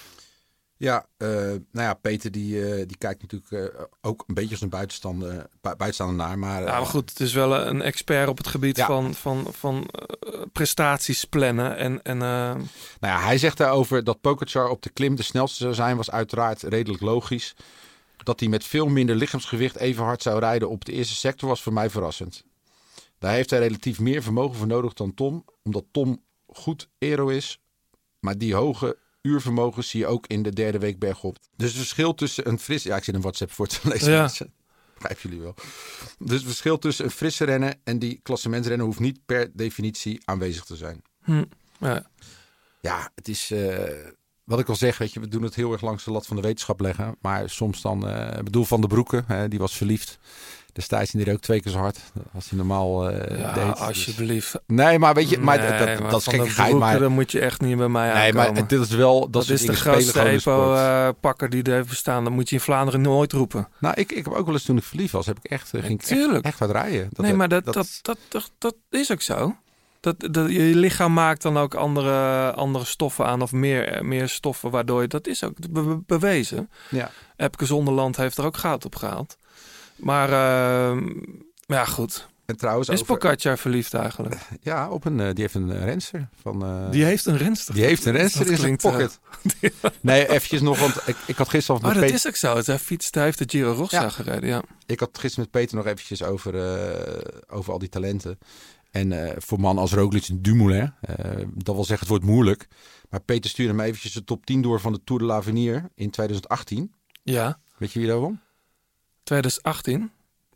Ja, uh, nou ja, Peter die, uh, die kijkt natuurlijk uh, ook een beetje als een buitenstaander, uh, buitenstaander naar. Maar, uh, ja, maar goed, het is wel een expert op het gebied ja. van, van, van uh, prestaties plannen. En, en, uh... Nou ja, hij zegt daarover dat Pogačar op de klim de snelste zou zijn, was uiteraard redelijk logisch. Dat hij met veel minder lichaamsgewicht even hard zou rijden op de eerste sector was voor mij verrassend. Daar heeft hij relatief meer vermogen voor nodig dan Tom, omdat Tom goed aero is, maar die hoge uurvermogen zie je ook in de derde week bergop. Dus het verschil tussen een fris... Ja, ik zit een WhatsApp voor te lezen. Ja. Begrijpen jullie wel. Dus het verschil tussen een frisse renner en die klassementsrenner hoeft niet per definitie aanwezig te zijn. Hm. Ja. ja, het is... Uh, wat ik al zeg, weet je, we doen het heel erg langs de lat van de wetenschap leggen. Maar soms dan... Uh, ik bedoel, Van der Broeke, hè, die was verliefd. Destijds deed hij ook twee keer zo hard als hij normaal uh, ja, deed. alsjeblieft. Dus... Nee, maar weet je, maar nee, dat, dat, maar dat is gekkigheid. Maar dan moet je echt niet bij mij nee, aankomen. Maar dit is wel dat, dat is de grootste epo-pakker uh, die er heeft bestaan. Dat moet je in Vlaanderen nooit roepen. Nou, ik, ik heb ook wel eens toen ik verliefd was, heb ik echt uh, ging ik echt, echt wat rijden. Dat, nee, maar dat, dat, dat, dat, dat, dat is ook zo. Dat, dat, je lichaam maakt dan ook andere, andere stoffen aan of meer, meer stoffen, waardoor je dat is ook be- bewezen. Ja. Epke Zonderland heeft er ook goud op gehaald. Maar uh, ja, goed. En trouwens is over... Pogačar verliefd eigenlijk? Ja, op een, die heeft een renster. Van, uh... Die heeft een renster? Die heeft een renster in zijn pocket. Uh... nee, eventjes nog, want ik, ik had gisteren... Oh, dat Peter... is ook zo. Hij fietst, hij heeft de Giro Rossa ja. gereden, ja. Ik had gisteren met Peter nog eventjes over, uh, over al die talenten. En uh, voor man als Roglic en Dumoulin, uh, dat wil zeggen, het wordt moeilijk. Maar Peter stuurde me eventjes de top tien door van de Tour de l'Avenir in twintig achttien. Ja. Weet je wie daarom? twintig achttien?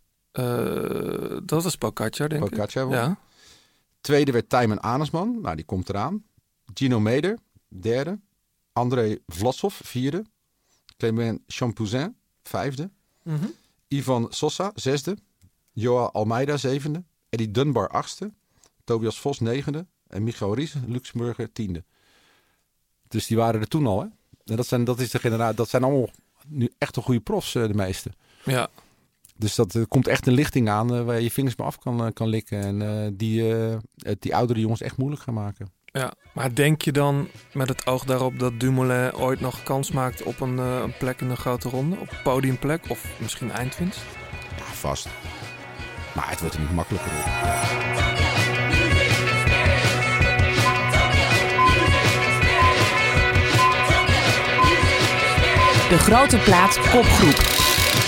Uh, dat was Pogačar, denk Pogačar, ik. Ja. Tweede werd Tijmen Anesman. Nou, die komt eraan. Gino Meder, derde. André Vlasov, vierde. Clément Champouzin, vijfde. Mm-hmm. Ivan Sosa, zesde. Joao Almeida, zevende. Eddie Dunbar, achtste. Tobias Vos, negende. En Michael Ries, Luxemburger, tiende. Dus die waren er toen al, hè? En dat zijn, dat is de generatie, dat zijn allemaal nu echt een goede profs, de meeste. Ja. Dus dat er komt echt een lichting aan uh, waar je je vingers mee af kan, uh, kan likken. En uh, die, uh, die oudere jongens echt moeilijk gaan maken. Ja, maar denk je dan met het oog daarop dat Dumoulin ooit nog kans maakt op een, uh, een plek in de grote ronde? Op podiumplek of misschien eindwinst? Ja, vast. Maar het wordt er niet makkelijker op. De Grote Plaat kopgroep.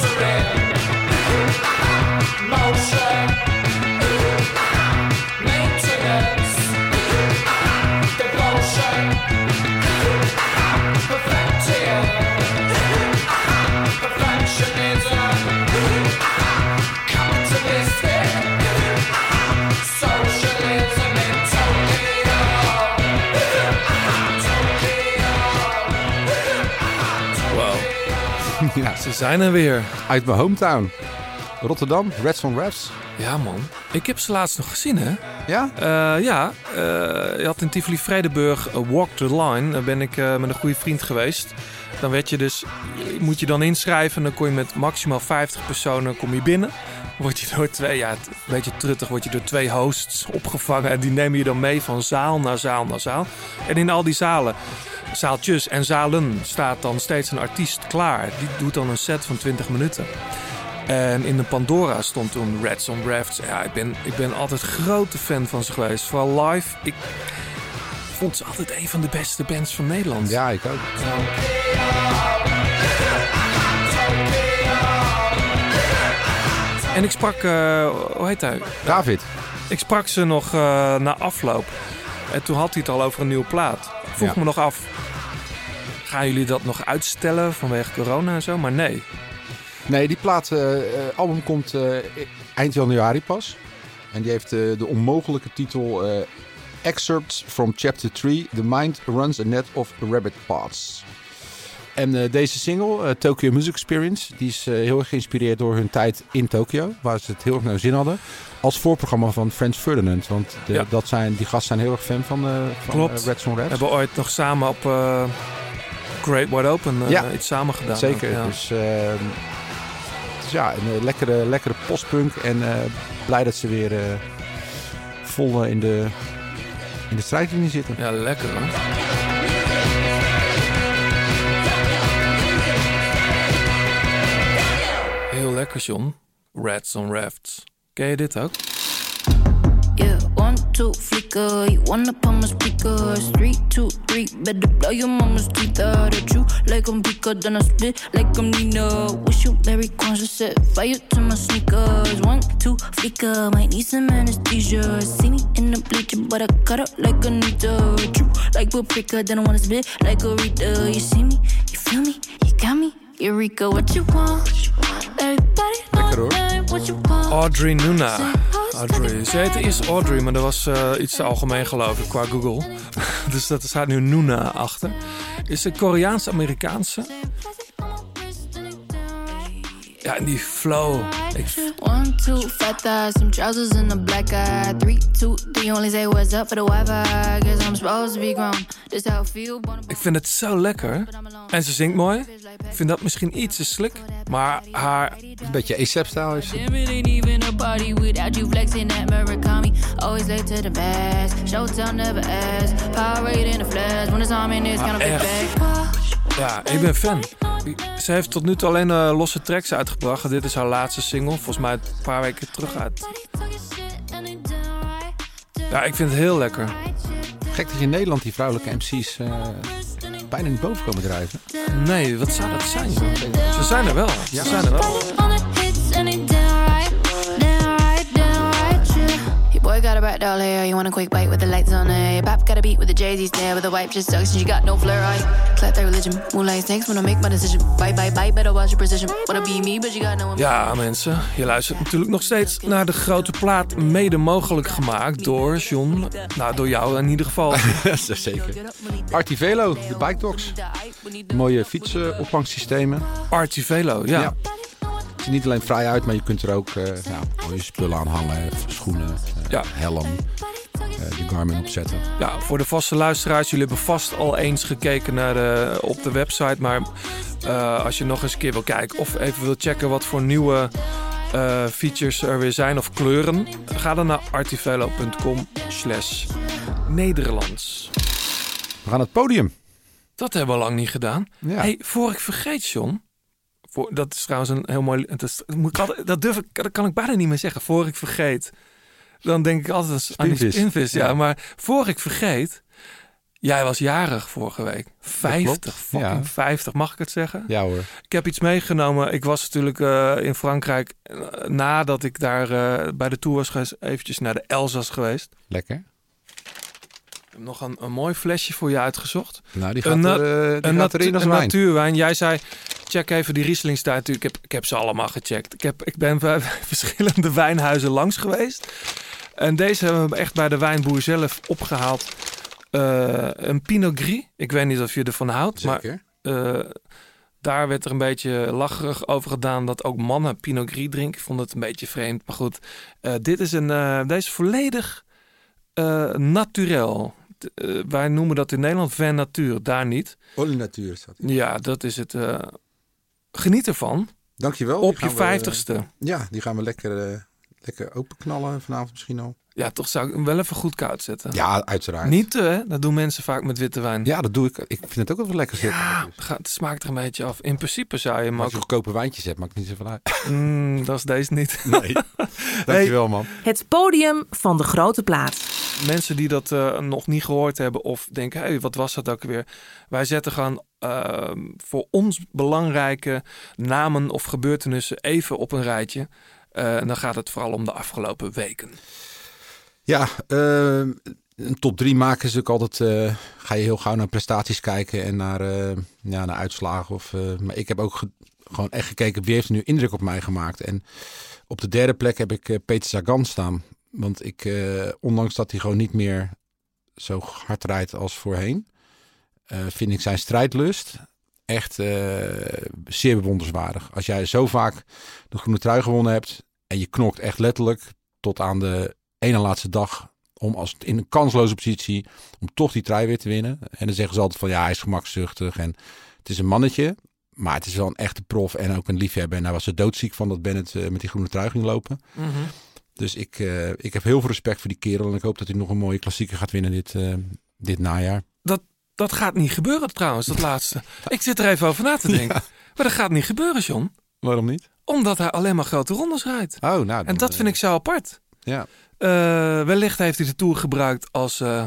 Ja, ze zijn er weer. Uit mijn hometown. Rotterdam, Rats on Raps. Ja man, ik heb ze laatst nog gezien hè. Ja? Uh, ja, uh, je had in Tivoli Vredenburg uh, Walk the Line. Daar ben ik uh, met een goede vriend geweest. Dan werd je dus, moet je dan inschrijven. Dan kon je met maximaal vijftig personen kom je binnen. Word je door twee, ja, een beetje truttig, word je door twee hosts opgevangen. En die nemen je dan mee van zaal naar zaal naar zaal. En in al die zalen, zaaltjes en zalen, staat dan steeds een artiest klaar. Die doet dan een set van twintig minuten. En in de Pandora stond toen Rats on Rafts. Ja, ik ben, ik ben altijd grote fan van ze geweest. Vooral live. Ik vond ze altijd een van de beste bands van Nederland. Ja, ik ook. Ja. En ik sprak, uh, hoe heet hij? David. Ik sprak ze nog uh, na afloop. En toen had hij het al over een nieuwe plaat. Ik vroeg ja. me nog af, gaan jullie dat nog uitstellen vanwege corona en zo? Maar nee. Nee, die plaat, uh, album komt uh, eind januari pas. En die heeft uh, de onmogelijke titel uh, Excerpts from Chapter three, The Mind Runs a Net of Rabbit Paths. En uh, deze single, uh, Tokyo Music Experience, die is uh, heel erg geïnspireerd door hun tijd in Tokyo, waar ze het heel erg naar zin hadden. Als voorprogramma van Franz Ferdinand, want de, ja. dat zijn, die gasten zijn heel erg fan van, uh, van uh, Rats on Rats. We hebben ooit nog samen op uh, Great Wide Open uh, ja. iets samen gedaan. Zeker, ja. dus, uh, dus ja, een uh, lekkere, lekkere postpunk en uh, blij dat ze weer uh, vol uh, in, de, in de strijdlinie zitten. Ja, lekker hoor. Heel lekker, John. Rats on Rafts. Ken je dit ook? Yeah, one, two, flicker. You one up on my speakers. Three, two, three. Better blow your mama's teeth out. That you like I'm bigger than I spit like I'm Nina. Wish you Larry Conscious set fire to my sneakers. One, two, flicker. Might need some anesthesia. See me in the bleacher, but I cut up like a Anita. You like paprika, then I wanna spit like a Rita. You see me, you feel me, you got me. Eureka, what you want? Everybody know that, what you want? Audrey Nuna. Audrey. Ze heette eerst Audrey, maar dat was uh, iets te algemeen geloof ik qua Google. Dus dat staat nu Nuna achter. Is een Koreaans-Amerikaanse. Ja, en die flow. Ik... One, two, fat thighs, some trousers and a black eye. Three, two, three, only say what's up for the wifi. Guess I'm supposed to be grown. This how I feel. Ik vind het zo lekker. En ze zingt mooi. Ik vind dat misschien iets te slik. Maar haar... Een beetje A$AP-stijl is ze. Ah, echt. Ja, ik ben fan. Ze heeft tot nu toe alleen uh, losse tracks uitgebracht. Dit is haar laatste single. Volgens mij een paar weken terug uit. Ja, ik vind het heel lekker. Gek dat je in Nederland die vrouwelijke M C's uh, bijna niet boven komen drijven. Nee, wat zou dat zijn? Ze zijn er wel. Ja, ze zijn er wel. Boy got a bright doll hair, you want a quick bite with the lights on it. Your pop got a beat with the Jay-Z's there, with the wipe just sucks and you got no flair. I clap that religion, moonlight snakes when I make my decision. Bye, bye, bye, better watch your precision. Wanna be me, but you got no... Ja, mensen, je luistert natuurlijk nog steeds naar de grote plaat, mede mogelijk gemaakt door John. Nou, door jou in ieder geval. Zeker. Artivelo, de Bike Dogs. Mooie fietsenopvangsystemen. Artivelo, ja. ja. Het ziet niet alleen vrij uit, maar je kunt er ook uh, nou, mooie spullen aan hangen. Schoenen, uh, ja. helm, uh, de Garmin opzetten. Ja, voor de vaste luisteraars, jullie hebben vast al eens gekeken naar de, op de website. Maar uh, als je nog eens een keer wil kijken of even wil checken wat voor nieuwe uh, features er weer zijn of kleuren, ga dan naar artivelo.com slash Nederlands. We gaan het podium. Dat hebben we lang niet gedaan. Ja. Hey, voor ik vergeet, John... Voor, dat is trouwens een heel mooi... Dat, is, dat, durf ik, dat kan ik bijna niet meer zeggen. Voor ik vergeet. Dan denk ik altijd aan die Spinvis. Ja, ja, maar voor ik vergeet... Jij was jarig vorige week. vijftig, fucking ja. vijftig, mag ik het zeggen? Ja hoor. Ik heb iets meegenomen. Ik was natuurlijk uh, in Frankrijk, uh, nadat ik daar uh, bij de Tour was geweest, eventjes naar de Elzas geweest. Lekker. Ik heb nog een, een mooi flesje voor je uitgezocht. Nou, die gaat, een, na- er, uh, die een, gaat natu- erin als een wijn. natuurwijn. Jij zei, check even die Rieslingstijd. Ik heb, ik heb ze allemaal gecheckt. Ik, heb, ik ben bij verschillende wijnhuizen langs geweest. En deze hebben we echt bij de wijnboer zelf opgehaald. Uh, een Pinot Gris. Ik weet niet of je ervan houdt. Zeker. Maar uh, daar werd er een beetje lacherig over gedaan dat ook mannen Pinot Gris drinken. Ik vond het een beetje vreemd. Maar goed, uh, dit is een, uh, deze is volledig uh, naturel. Uh, wij noemen dat in Nederland vin natuur, daar niet. Olie natuur staat. Ja, dat is het. Uh, geniet ervan. Dankjewel. Op Die je gaan we, vijftigste. Uh, ja, die gaan we lekker, uh, lekker openknallen vanavond misschien al. Ja, toch zou ik hem wel even goed koud zetten. Ja, uiteraard. Niet te, hè? Dat doen mensen vaak met witte wijn. Ja, dat doe ik. Ik vind het ook wel lekker zitten. Ja, gaat, het smaakt er een beetje af. In principe zou je hem Als ook... je goedkope wijntjes hebt, maakt niet zoveel uit. Mm, dat is deze niet. Nee. Dankjewel, man. Het podium van de grote plaat. Mensen die dat uh, nog niet gehoord hebben of denken, hé, hey, wat was dat ook weer? Wij zetten gewoon uh, voor ons belangrijke namen of gebeurtenissen even op een rijtje. Uh, en dan gaat het vooral om de afgelopen weken. Ja, uh, een top drie maken is ook altijd... Uh, ga je heel gauw naar prestaties kijken en naar, uh, ja, naar uitslagen. Of, uh, maar ik heb ook ge- gewoon echt gekeken wie heeft er nu indruk op mij gemaakt. En op de derde plek heb ik uh, Peter Sagan staan. Want ik, uh, ondanks dat hij gewoon niet meer zo hard rijdt als voorheen... Uh, vind ik zijn strijdlust echt uh, zeer bewonderenswaardig. Als jij zo vaak de groene trui gewonnen hebt... en je knokt echt letterlijk tot aan de ene laatste dag... om als in een kansloze positie om toch die trui weer te winnen. En dan zeggen ze altijd van ja, hij is gemakzuchtig en het is een mannetje. Maar het is wel een echte prof en ook een liefhebber. En hij was er doodziek van dat Bennett uh, met die groene trui ging lopen. Mm-hmm. Dus ik, uh, ik heb heel veel respect voor die kerel. En ik hoop dat hij nog een mooie klassieker gaat winnen dit, uh, dit najaar. Dat, dat gaat niet gebeuren trouwens, dat laatste. Ik zit er even over na te denken. Ja. Maar dat gaat niet gebeuren, John. Waarom niet? Omdat hij alleen maar grote rondes rijdt. Oh, nou, dan, en dat vind ik zo apart. Ja. Uh, wellicht heeft hij de Tour gebruikt als uh,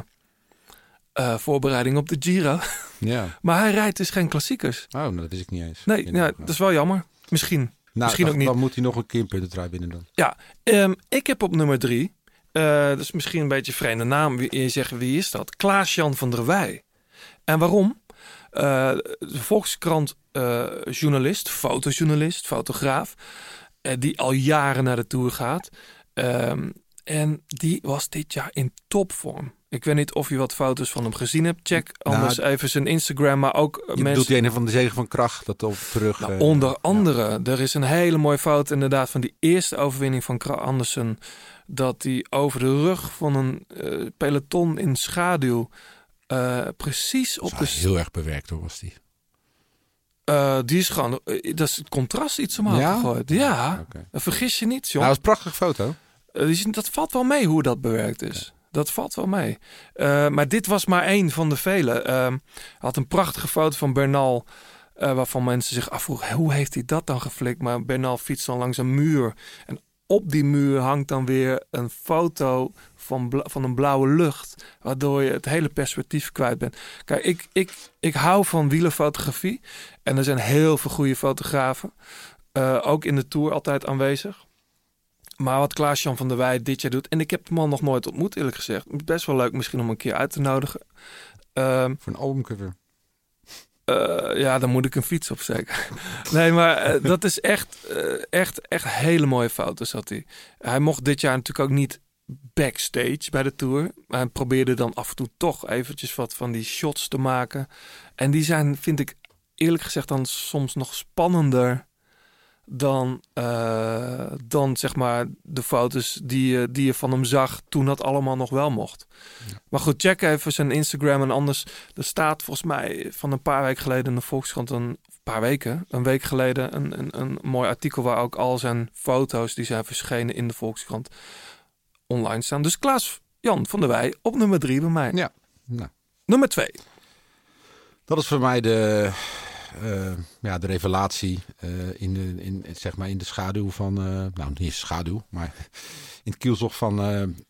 uh, voorbereiding op de Giro. Ja. Maar hij rijdt dus geen klassiekers. Oh, nou, dat is ik niet eens. Nee, ja, dat is wel jammer. Misschien. Nou, Misschien dan, ook niet. Dan moet hij nog een keer een puntentrui winnen dan. Ja, um, ik heb op nummer drie. Uh, dat is misschien een beetje een vreemde naam. Je zegt, wie is dat? Klaas-Jan van der Wij. En waarom? Uh, de Volkskrant uh, journalist, fotojournalist, fotograaf. Uh, die al jaren naar de Tour gaat. Um, en die was dit jaar in topvorm. Ik weet niet of je wat foto's van hem gezien hebt. Check anders nou, even zijn Instagram, maar ook je mensen... bedoelt die ene van de zegen van Krach, dat op terug... Nou, uh, onder andere, ja. Er is een hele mooie foto inderdaad van die eerste overwinning van Krach Andersen. Dat hij over de rug van een uh, peloton in schaduw uh, precies op de... Heel erg bewerkt hoor, was die. Uh, die is gewoon... Uh, dat is het contrast iets omhoog ja? gegooid. Ja, okay. Vergis je niet, John. Nou, dat is een prachtige foto. Uh, dat valt wel mee hoe dat bewerkt is. Okay. Dat valt wel mee. Uh, maar dit was maar één van de vele. Uh, had een prachtige foto van Bernal... Uh, waarvan mensen zich afvroegen... hoe heeft hij dat dan geflikt? Maar Bernal fietst dan langs een muur. En op die muur hangt dan weer een foto van, bla- van een blauwe lucht. Waardoor je het hele perspectief kwijt bent. Kijk, ik, ik, ik hou van wielerfotografie. En er zijn heel veel goede fotografen. Uh, ook in de Tour altijd aanwezig. Maar wat Klaas-Jan van der Wij dit jaar doet... en ik heb de man nog nooit ontmoet, eerlijk gezegd. Best wel leuk misschien om een keer uit te nodigen. Uh, Voor een albumcover. Uh, ja, dan moet ik een fiets op zeker. Nee, maar uh, dat is echt, uh, echt, echt hele mooie foto's had hij. Hij mocht dit jaar natuurlijk ook niet backstage bij de Tour. Maar hij probeerde dan af en toe toch eventjes wat van die shots te maken. En die zijn, vind ik eerlijk gezegd, dan soms nog spannender... dan, uh, dan zeg maar de foto's die je, die je van hem zag toen dat allemaal nog wel mocht. Ja. Maar goed, check even zijn Instagram en anders. Er staat volgens mij van een paar weken geleden in de Volkskrant, een paar weken, een week geleden, een, een, een mooi artikel waar ook al zijn foto's die zijn verschenen in de Volkskrant online staan. Dus Klaas-Jan van der Wij op nummer drie bij mij. Ja. Nou. Nummer twee. Dat is voor mij de... Uh, ja, de revelatie uh, in, de, in, zeg maar in de schaduw van... Uh, nou, niet eens schaduw, maar in het kielzog van uh,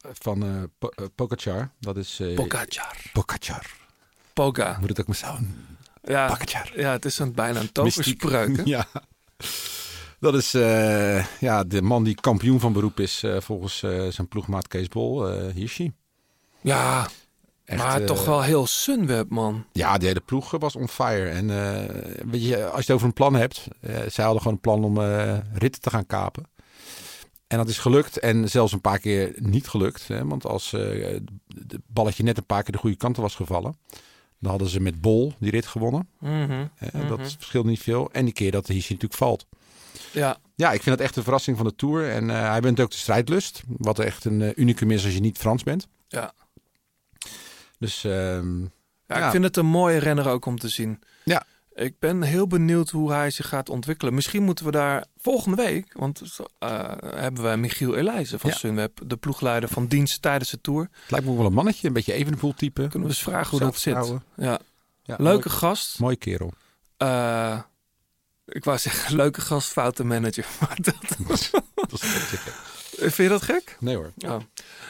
van uh, po- uh, Pogačar. Dat is... Uh, Pogačar. Pogačar. Poga. Moet het ook maar zo... Ja, Pogačar. Ja, het is een, bijna een toverspreuk. Ja. Dat is uh, ja, de man die kampioen van beroep is uh, volgens uh, zijn ploegmaat Kees Bol, uh, Hirschi. Ja, echt, maar uh, toch wel heel Sunweb, man. Ja, de hele ploeg was on fire. En uh, weet je, als je het over een plan hebt, uh, zij hadden gewoon een plan om uh, ritten te gaan kapen. En dat is gelukt en zelfs een paar keer niet gelukt. Hè, want als uh, het balletje net een paar keer de goede kant was gevallen, dan hadden ze met Bol die rit gewonnen. Mm-hmm, uh, mm-hmm. Dat verschilt niet veel. En die keer dat Hirschi natuurlijk valt. Ja. Ja, ik vind dat echt een verrassing van de Tour. En uh, hij bent ook de strijdlust. Wat echt een uh, unicum is als je niet Frans bent. Ja. Dus um, ja, ja. Ik vind het een mooie renner ook om te zien. Ja. Ik ben heel benieuwd hoe hij zich gaat ontwikkelen. Misschien moeten we daar volgende week, want uh, hebben we Michiel Elijzen van ja. Sunweb, de ploegleider van dienst tijdens de Tour. Het lijkt me ook wel een mannetje, een beetje Evenepoel type. Kunnen we eens vragen hoe dat zit. Ja. Ja, mooi, leuke gast. Mooie kerel. Uh, ik wou zeggen, leuke gast, foute manager. Maar dat... dat is een beetje gek. Vind je dat gek? Nee hoor. Oh.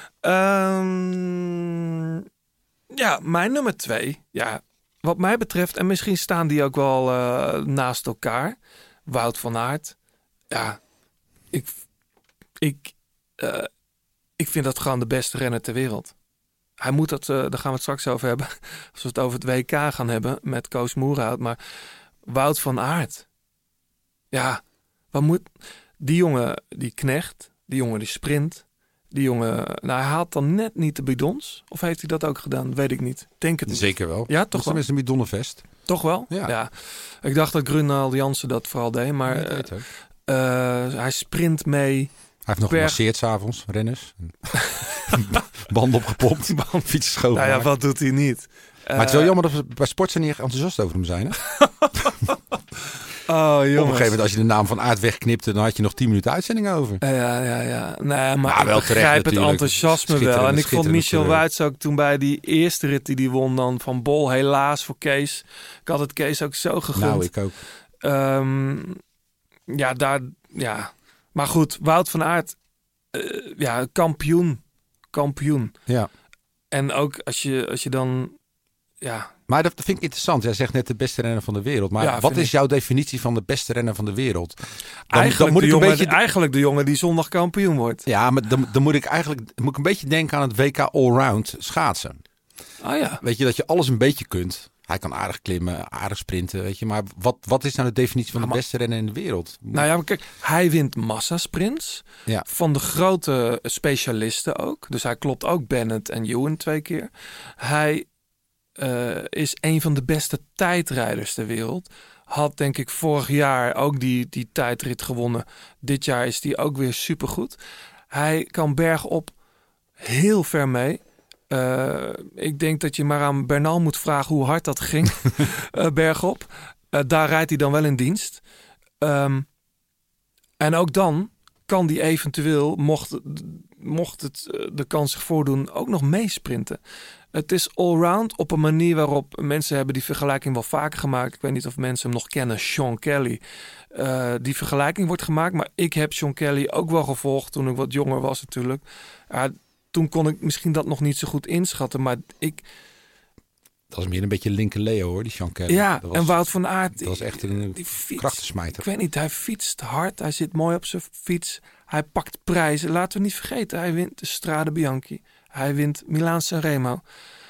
Um, ja, mijn nummer twee. Ja, wat mij betreft, en misschien staan die ook wel uh, naast elkaar. Wout van Aert. Ja, ik, ik, uh, ik vind dat gewoon de beste renner ter wereld. Hij moet dat, uh, daar gaan we het straks over hebben. Als we het over het W K gaan hebben met Koos Moerhout. Maar Wout van Aert. Ja, wat moet... Die jongen die knecht, die jongen die sprint, die jongen... Nou, hij haalt dan net niet de bidons. Of heeft hij dat ook gedaan? Weet ik niet. Denk het niet. Zeker wel. Ja, toch wel. Met een bidonnenvest. Toch wel? Ja. ja. Ik dacht dat Grunwald Jansen dat vooral deed, maar ja, uh, uh, hij sprint mee. Hij heeft nog per... gemasseerd s'avonds, renners. Band opgepompt, fiets schoongemaakt. Nou ja, wat doet hij niet? Maar uh, het is wel jammer dat we bij Sportza niet echt enthousiast over hem zijn, hè? Oh, jongens. Op een gegeven moment, als je de naam van Aert wegknipte, dan had je nog tien minuten uitzending over. Ja, ja, ja. Nee, maar ja, ik wel begrijp het enthousiasme wel. En ik vond Michel kleur. Wuits ook toen bij die eerste rit die die won dan van Bol, helaas voor Kees. Ik had het Kees ook zo gegund. Nou, ik ook. Um, ja, daar, ja. Maar goed, Wout van Aert, uh, ja, kampioen. Kampioen. Ja. En ook als je, als je dan, ja... Maar dat vind ik interessant. Jij zegt net de beste renner van de wereld. Maar ja, wat is ik... jouw definitie van de beste renner van de wereld? Dan, eigenlijk, dan moet de ik jongen, een beetje... eigenlijk de jongen die zondag kampioen wordt. Ja, maar dan, dan moet ik eigenlijk moet ik een beetje denken aan het W K Allround schaatsen. Ah ja. Weet je, dat je alles een beetje kunt. Hij kan aardig klimmen, aardig sprinten, weet je. Maar wat, wat is nou de definitie van de maar, beste renner in de wereld? Nou ja, maar kijk, hij wint massasprints. Ja. Van de grote specialisten ook. Dus hij klopt ook Bennett en Ewan twee keer. Hij uh, is een van de beste tijdrijders ter wereld. Had denk ik vorig jaar ook die, die tijdrit gewonnen. Dit jaar is die ook weer supergoed. Hij kan bergop heel ver mee. Uh, ik denk dat je maar aan Bernal moet vragen hoe hard dat ging. uh, bergop. Uh, daar rijdt hij dan wel in dienst. Um, en ook dan kan die eventueel, mocht, mocht het uh, de kans zich voordoen, ook nog meesprinten. Het is allround op een manier waarop mensen hebben die vergelijking wel vaker gemaakt. Ik weet niet of mensen hem nog kennen, Sean Kelly. Uh, die vergelijking wordt gemaakt, maar ik heb Sean Kelly ook wel gevolgd toen ik wat jonger was natuurlijk. Uh, Toen kon ik misschien dat nog niet zo goed inschatten, maar ik... Dat was meer een beetje linker Leo hoor, die Sean Kelly. Ja, dat was, en Wout van Aert... Dat was echt een krachtensmijter. Ik weet niet, hij fietst hard, hij zit mooi op zijn fiets. Hij pakt prijzen. Laten we niet vergeten, hij wint de Strade Bianchi. Hij wint Milaan-San Remo.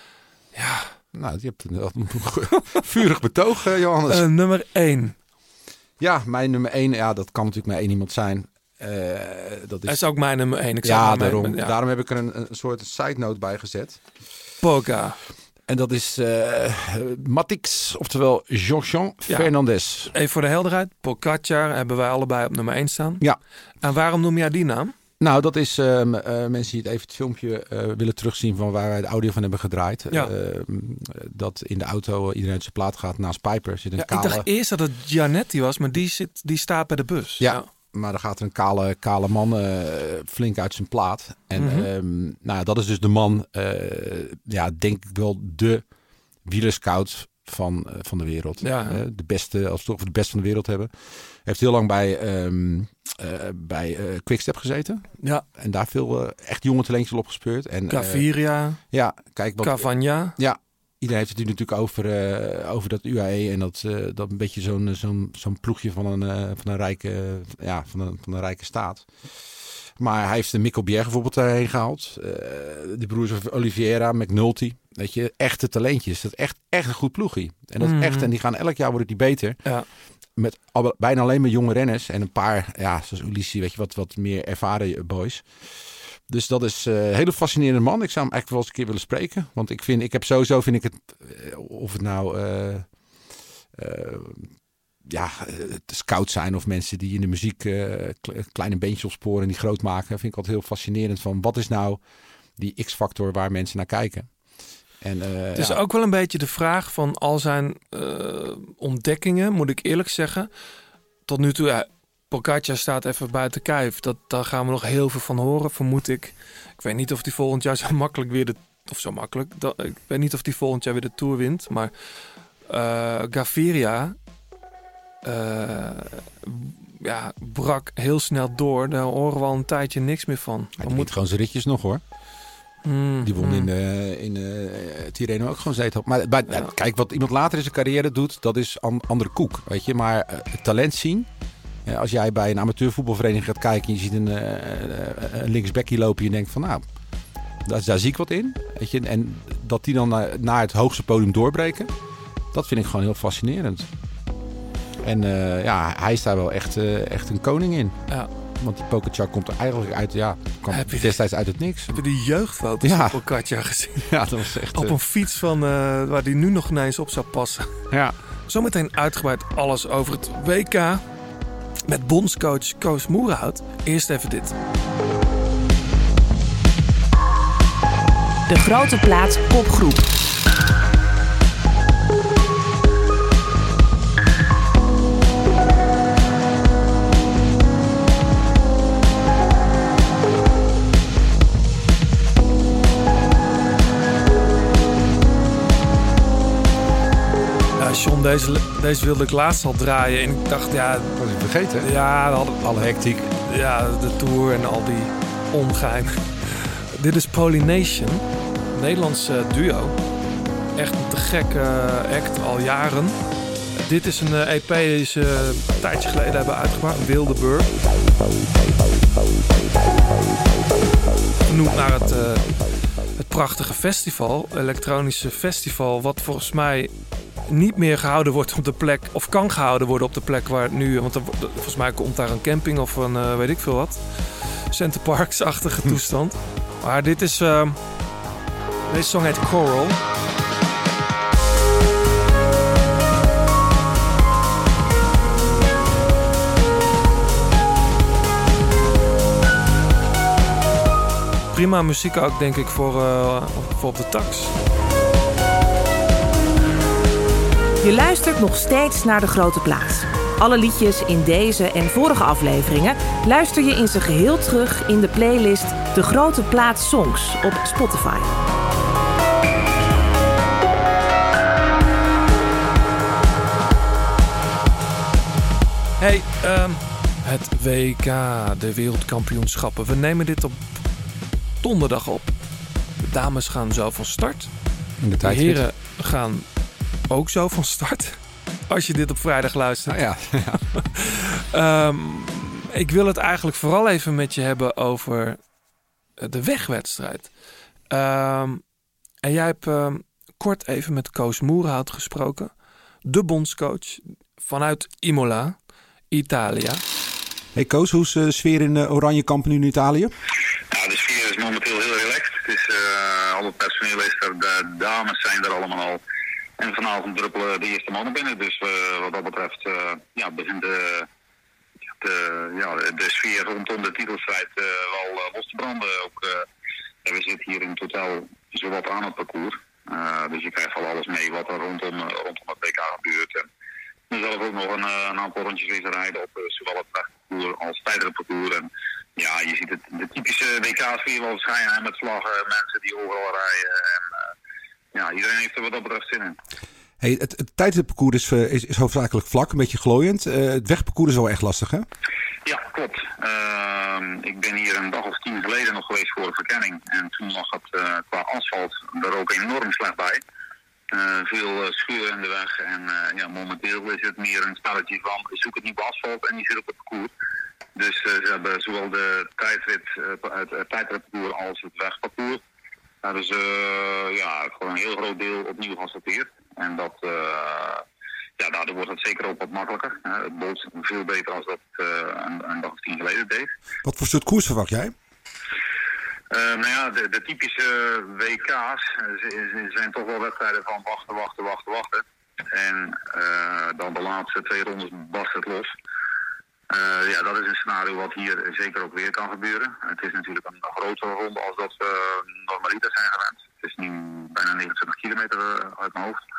Ja. Nou, je hebt een, een vurig betoog, Johannes. Uh, nummer één. Ja, mijn nummer één, ja, dat kan natuurlijk maar één iemand zijn. Uh, dat is... Hij is ook mijn nummer één. Ik ja, mijn, daarom, ja, daarom heb ik er een, een soort side note bij gezet. Poga. En dat is uh, Matix, oftewel Jean-Jean ja. Fernandez. Even voor de helderheid. Pogačar hebben wij allebei op nummer één staan. Ja. En waarom noem jij die naam? Nou, dat is uh, uh, mensen die het even het filmpje uh, willen terugzien van waar wij de audio van hebben gedraaid. Ja. Uh, dat in de auto iedereen uit zijn plaat gaat naast Piper. Zit een ja, kale... Ik dacht eerst dat het Giannetti was, maar die, zit, die staat bij de bus. Ja. ja. Maar dan gaat er een kale, kale man uh, flink uit zijn plaat. En mm-hmm. um, nou, dat is dus de man, uh, ja, denk ik wel de wielerscout van, uh, van de wereld. Ja. Uh, de beste, als we toch de beste van de wereld hebben. Hij heeft heel lang bij, um, uh, bij uh, Quickstep gezeten. Ja. En daar veel uh, echt jonge talentjes op gespeurd. En, Gaviria. Uh, ja, kijk. Wat, Cavagna. Ja. Iedereen heeft het natuurlijk over, uh, over dat U A E en dat, uh, dat een beetje zo'n, zo'n, zo'n ploegje van een, uh, van een rijke, uh, ja, van een, van een rijke staat. Maar hij heeft de Mikkel Bjerg bijvoorbeeld daarheen gehaald. Uh, de broers Oliveira, McNulty. Weet je, echte talentjes. Dat is echt, echt een goed ploegje. En dat is echt, en die gaan elk jaar worden die beter. Ja. Met al, bijna alleen maar jonge renners en een paar, ja, zoals Ulissi, weet je, wat, wat meer ervaren boys. Dus dat is uh, een hele fascinerende man. Ik zou hem eigenlijk wel eens een keer willen spreken. Want ik vind, ik heb sowieso, vind ik het, uh, of het nou, uh, uh, ja, uh, scouts zijn of mensen die in de muziek uh, kleine beentjes opsporen die groot maken. Vind ik altijd heel fascinerend van, wat is nou die X-factor waar mensen naar kijken? En, uh, het is ja. ook wel een beetje de vraag van al zijn uh, ontdekkingen, moet ik eerlijk zeggen. Tot nu toe, ja, Pogacar staat even buiten kijf. Dat, daar gaan we nog heel veel van horen, vermoed ik. Ik weet niet of die volgend jaar zo makkelijk weer de... Of zo makkelijk. Dat, ik weet niet of die volgend jaar weer de Tour wint. Maar uh, Gaviria... Uh, ja, brak heel snel door. Daar horen we al een tijdje niks meer van. Hij moet gewoon zijn ritjes nog, hoor. Mm, die won mm. in, de, in de Tirreno ook gewoon zetel. Maar bij, ja. Kijk, wat iemand later in zijn carrière doet, dat is an, andere koek, weet je. Maar uh, het talent zien. Uh, als jij bij een amateurvoetbalvereniging gaat kijken en je ziet een, uh, een linksbackie lopen en je denkt van, nou, daar, daar zie ik wat in, weet je. En dat die dan naar, naar het hoogste podium doorbreken, dat vind ik gewoon heel fascinerend. En uh, ja, hij is daar wel echt, uh, echt een koning in. Ja. Want die Pogacar komt er eigenlijk uit, ja, kwam heb je destijds uit het niks. Heb je die jeugdfoto's ja. van Pogacar gezien? Ja, dat was echt... Op uh... een fiets van, uh, waar die nu nog ineens op zou passen. Ja. Zometeen uitgebreid alles over het W K met bondscoach Koos Moerhout. Eerst even dit. De Grote Plaats kopgroep. John, deze, deze wilde ik laatst al draaien. En ik dacht, ja... Was ik vergeten? Ja, we hadden alle hectiek. Ja, de Tour en al die ongein. Dit is Polynation. Een Nederlands uh, duo. Echt een te gekke uh, act, al jaren. Dit is een uh, E P die ze uh, een tijdje geleden hebben uitgebracht. Wildeburg. Genoemd naar het, uh, het prachtige festival. Elektronische festival. Wat volgens mij... niet meer gehouden wordt op de plek, of kan gehouden worden op de plek waar het nu, want er, volgens mij komt daar een camping of een uh, weet ik veel wat, Center Parks-achtige toestand. Maar dit is, uh, deze song heet Coral. Prima muziek ook, denk ik, voor, uh, voor op de tax. Je luistert nog steeds naar De Grote Plaats. Alle liedjes in deze en vorige afleveringen luister je in zijn geheel terug in de playlist De Grote Plaats Songs op Spotify. Hey, um, het W K, de wereldkampioenschappen. We nemen dit op donderdag op. De dames gaan zo van start. In de, de heren gaan ook zo van start. Als je dit op vrijdag luistert. Oh ja, ja. um, ik wil het eigenlijk vooral even met je hebben over de wegwedstrijd. Um, en jij hebt um, kort even met Koos Moerhout gesproken. De bondscoach vanuit Imola, Italië. Hey Koos, hoe is de sfeer in uh, Oranje Kamp nu in Italië? Ja, de sfeer is momenteel heel relaxed. Het is, uh, al het personeel is er, de dames zijn er allemaal al. En vanavond druppelen de eerste mannen binnen. Dus uh, wat dat betreft uh, ja, begint de, de, ja, de sfeer rondom de titelstrijd uh, wel uh, los te branden. Ook, uh, we zitten hier in het hotel zowat aan het parcours. Uh, dus je krijgt al alles mee wat er rondom, uh, rondom het W K gebeurt. En we zelf ook nog een, uh, een aantal rondjes wezen rijden op uh, zowel het parcours als tijdens het parcours. En ja, je ziet het, de typische W K-sfeer wel schijnen met vlaggen, mensen die overal rijden. En, uh, ja, iedereen heeft er wat dat betreft zin in. Hey, het, het tijdritparcours is, uh, is, is hoofdzakelijk vlak, een beetje glooiend. Uh, het wegparcours is wel echt lastig, hè? Ja, klopt. Uh, ik ben hier een dag of tien geleden nog geweest voor de verkenning. En toen lag het uh, qua asfalt er ook enorm slecht bij. Uh, veel uh, scheuren in de weg. En uh, ja, momenteel is het meer een spelletje van zoek het nieuwe asfalt en die zit op het parcours. Dus uh, ze hebben zowel de tijdrit, uh, het, het tijdritparcours als het wegparcours. Daar hebben ze uh, ja, gewoon een heel groot deel opnieuw geasfalteerd. En dat, uh, ja, daardoor wordt het zeker ook wat makkelijker. Uh, het bolt veel beter dan dat het uh, een, een dag of tien geleden deed. Wat voor soort koers verwacht jij? Uh, nou ja, de, de typische W K's uh, zijn toch wel wedstrijden van wachten, wachten, wachten, wachten. En uh, dan de laatste twee rondes barst het los. Uh, ja, dat is een scenario wat hier zeker ook weer kan gebeuren. Het is natuurlijk een grotere ronde als dat we normaliter zijn gewend. Het is nu bijna negenentwintig kilometer uh, uit mijn hoofd.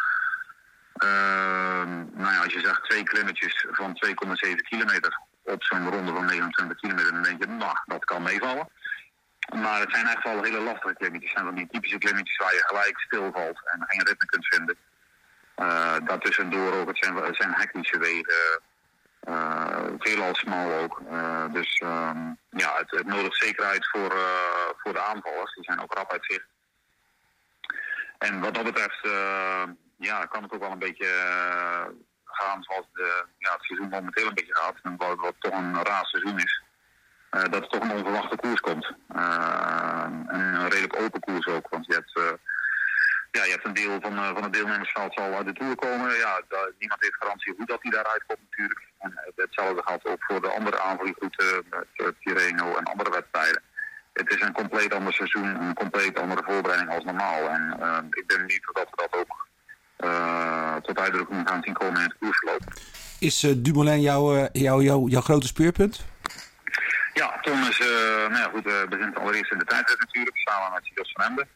Uh, nou ja, als je zegt twee klimmetjes van twee komma zeven kilometer op zo'n ronde van negenentwintig kilometer, dan denk je, nou, dat kan meevallen. Maar het zijn echt wel hele lastige klimmetjes. Het zijn van die typische klimmetjes waar je gelijk stilvalt en geen ritme kunt vinden. Uh, daartussendoor ook, het zijn, het zijn hectische wegen. Uh, veelal smal ook. Uh, dus um, ja, het, het nodigt zekerheid voor, uh, voor de aanvallers. Die zijn ook rap uit zicht. En wat dat betreft, uh, ja, kan het ook wel een beetje uh, gaan zoals de, ja, het seizoen momenteel een beetje gaat. En wat, wat toch een raar seizoen is. Uh, dat er toch een onverwachte koers komt. Uh, een redelijk open koers ook. Want je hebt, uh, ja, je hebt een deel van, uh, van het deelnemersveld zal uit de Tour komen. Ja, da, niemand heeft garantie hoe dat hij daaruit komt natuurlijk. En uh, hetzelfde geldt ook voor de andere aanvalroute met uh, Tirreno en andere wedstrijden. Het is een compleet ander seizoen, een compleet andere voorbereiding als normaal. En uh, ik ben benieuwd dat we dat ook uh, tot uitdrukking gaan zien komen in het koersverloop. Is uh, Dumoulin jouw, uh, jouw, jouw, jouw grote speerpunt? Ja, Tom is, uh, nou ja, goed, uh, begint allereerst in de tijdrit natuurlijk, samen met Jos van Emden.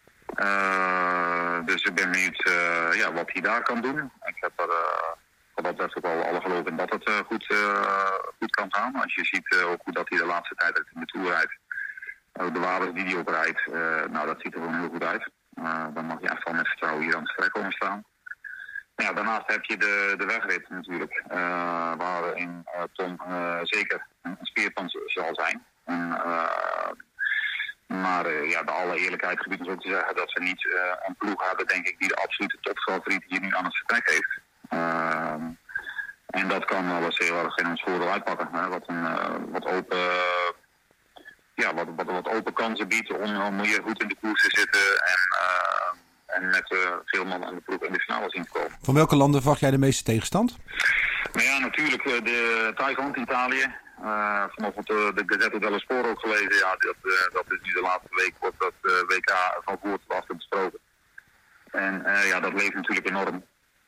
Uh, dus ik ben benieuwd uh, ja, wat hij daar kan doen. Ik heb er uh, wat dat betreft ook al alle geloof in dat het uh, goed, uh, goed kan gaan. Als je ziet uh, ook hoe dat hij de laatste tijd in de Tour rijdt. Uh, de wapens die hij ook rijdt, uh, nou dat ziet er gewoon heel goed uit. Uh, dan mag je echt wel met vertrouwen hier aan het strek komen staan. Ja, daarnaast heb je de, de wegrit natuurlijk, uh, waarin uh, Tom uh, zeker een speerpunt zal zijn. En, uh, maar uh, ja, bij alle eerlijkheid gebied is ook te zeggen dat ze niet uh, een ploeg hebben, denk ik, die de absolute topfavoriet hier nu aan het vertrek heeft. Uh, en dat kan wel eens heel erg in ons voordeel uitpakken. Hè? Wat een uh, wat open, uh, ja, wat, wat, wat open kansen biedt om, om hier goed in de koers te zitten en, uh, en met uh, veel mannen aan de ploeg in de finale zien te komen. Van welke landen verwacht jij de meeste tegenstand? Nou ja, natuurlijk uh, de Thailand, Italië. Uh, vanochtend uh, de Gazzetta dello Sport ook gelezen. Ja, dat, uh, dat is nu de laatste week wordt dat uh, W K van voor tot achter besproken. En uh, ja, dat leeft natuurlijk enorm.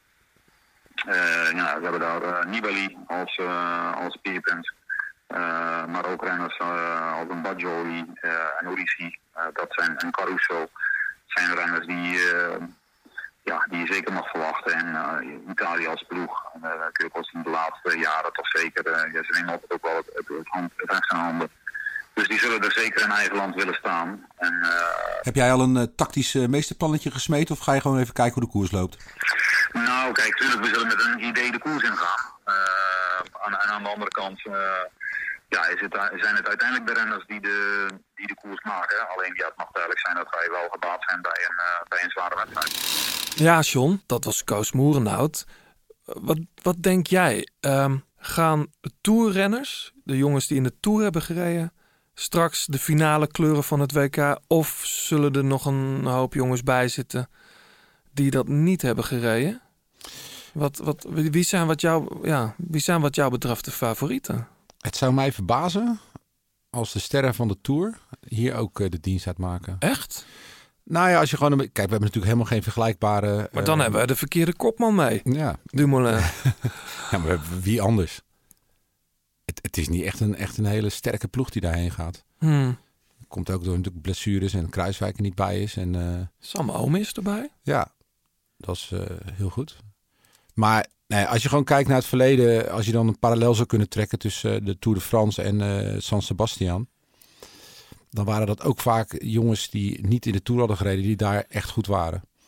Uh, ja, we hebben daar uh, Nibali als, uh, als speerpunt. Uh, maar ook renners uh, als een Bajoli uh, en Orisi. Uh, dat zijn, en Caruso zijn renners die, uh, ja, die je zeker mag verwachten. En uh, Italië als ploeg, uh, kun je ook in de laatste jaren toch zeker. Uh, ja, ze nemen altijd ook wel het, het, het, hand, het recht in handen. Dus die zullen er zeker in eigen land willen staan. En, uh, heb jij al een uh, tactisch uh, meesterplannetje gesmeed of ga je gewoon even kijken hoe de koers loopt? Nou, kijk, tuurlijk, we zullen met een idee de koers ingaan. Uh, en, en aan de andere kant, uh, ja, is het, zijn het uiteindelijk de renners die de, die de koers maken. Alleen, ja, het mag duidelijk zijn dat wij wel gebaat zijn bij een, uh, bij een zware wedstrijd. Ja, John, dat was Koos Moerenhout. Wat, wat denk jij? Um, gaan tourrenners, de jongens die in de Tour hebben gereden, straks de finale kleuren van het W K? Of zullen er nog een hoop jongens bij zitten die dat niet hebben gereden? Wat, wat, wie, zijn wat jou, ja, wie zijn wat jou betreft de favorieten? Het zou mij verbazen als de sterren van de Tour hier ook uh, de dienst uitmaken. Echt? Nou ja, als je gewoon... Een, kijk, we hebben natuurlijk helemaal geen vergelijkbare... Maar dan uh, hebben we de verkeerde kopman mee. Ja. Dumoulin. Ja, maar wie anders? Het, het is niet echt een, echt een hele sterke ploeg die daarheen gaat. Hmm. Komt ook door natuurlijk blessures en Kruiswijk er niet bij is. En, uh, Sam Oom is erbij. Ja, dat is uh, heel goed. Maar nee, als je gewoon kijkt naar het verleden, als je dan een parallel zou kunnen trekken tussen uh, de Tour de France en uh, San Sebastian, dan waren dat ook vaak jongens die niet in de Tour hadden gereden, die daar echt goed waren.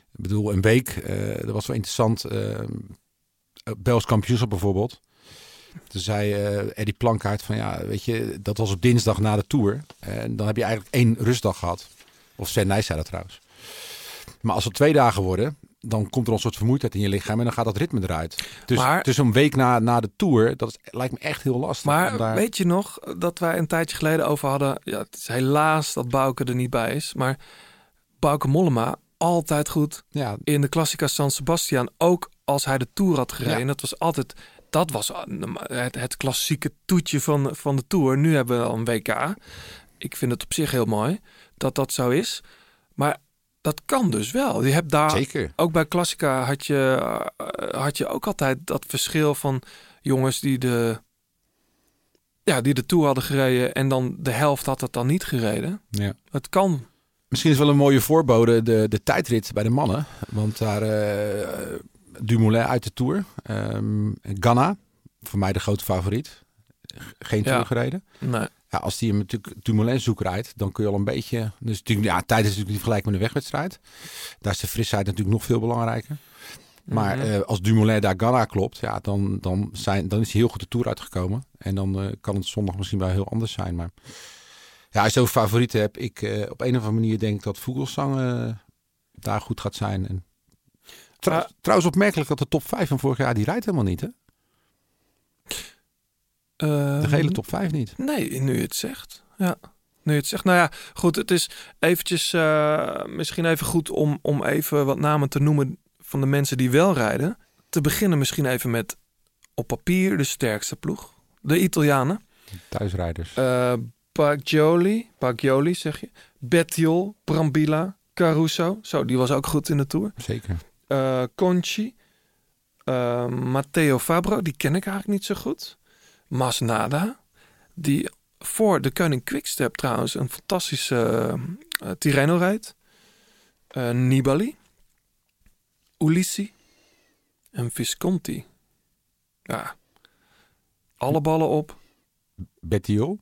Ik bedoel, een week, uh, dat was wel interessant. Uh, Belgisch kampioenschap bijvoorbeeld. Toen zei uh, Eddie Plankaart van ja, weet je, dat was op dinsdag na de Tour. En dan heb je eigenlijk één rustdag gehad. Of Sven Nys zei dat trouwens. Maar als het twee dagen worden, dan komt er een soort vermoeidheid in je lichaam en dan gaat dat ritme eruit. Dus, maar, dus een week na, na de Tour, dat is, lijkt me echt heel lastig. Maar daar... weet je nog dat wij een tijdje geleden over hadden, ja, het is helaas dat Bauke er niet bij is, maar Bauke Mollema altijd goed ja. in de Classica San Sebastian, ook als hij de Tour had gereden. Ja. Dat was altijd, dat was het, het klassieke toetje van, van de Tour. Nu hebben we al een W K. Ik vind het op zich heel mooi dat dat zo is. Maar dat kan dus wel. Je hebt daar Zeker. Ook bij Classica had je, uh, had je ook altijd dat verschil van jongens die de, ja, die de Tour hadden gereden en dan de helft had het dan niet gereden. Ja. Het kan. Misschien is wel een mooie voorbode de, de tijdrit bij de mannen. Want daar uh, Dumoulin uit de Tour. Um, Ganna, voor mij de grote favoriet. Geen Tour ja. gereden. Nee. Ja, als die hem natuurlijk Dumoulin zoek rijdt, dan kun je al een beetje... Dus natuurlijk, ja, tijd is natuurlijk niet vergelijk met een wegwedstrijd. Daar is de frisheid natuurlijk nog veel belangrijker. Maar mm-hmm. uh, als Dumoulin daar Ganna klopt, ja, dan, dan, zijn, dan is hij heel goed de Tour uitgekomen. En dan uh, kan het zondag misschien wel heel anders zijn. Maar ja, als je over favorieten hebt, ik uh, op een of andere manier denk dat Vogelsang uh, daar goed gaat zijn. En trouw, uh, trouwens opmerkelijk dat de top vijf van vorig jaar, die rijdt helemaal niet, hè? Uh, de gele top vijf niet. Nee, nu je het zegt. Ja, nu je het zegt. Nou ja, goed, het is eventjes uh, misschien even goed om, om even wat namen te noemen van de mensen die wel rijden. Te beginnen misschien even met op papier de sterkste ploeg. De Italianen. Thuisrijders. Uh, Bagioli, Bagioli zeg je. Bettiol, Brambilla, Caruso. Zo, die was ook goed in de Tour. Zeker. Uh, Conchi. Uh, Matteo Fabro, die ken ik eigenlijk niet zo goed. Masnada, die voor de Koning Quickstep trouwens een fantastische uh, Tirreno rijdt. Uh, Nibali, Ulissi en Visconti. Ja, alle ballen op. Bettiol.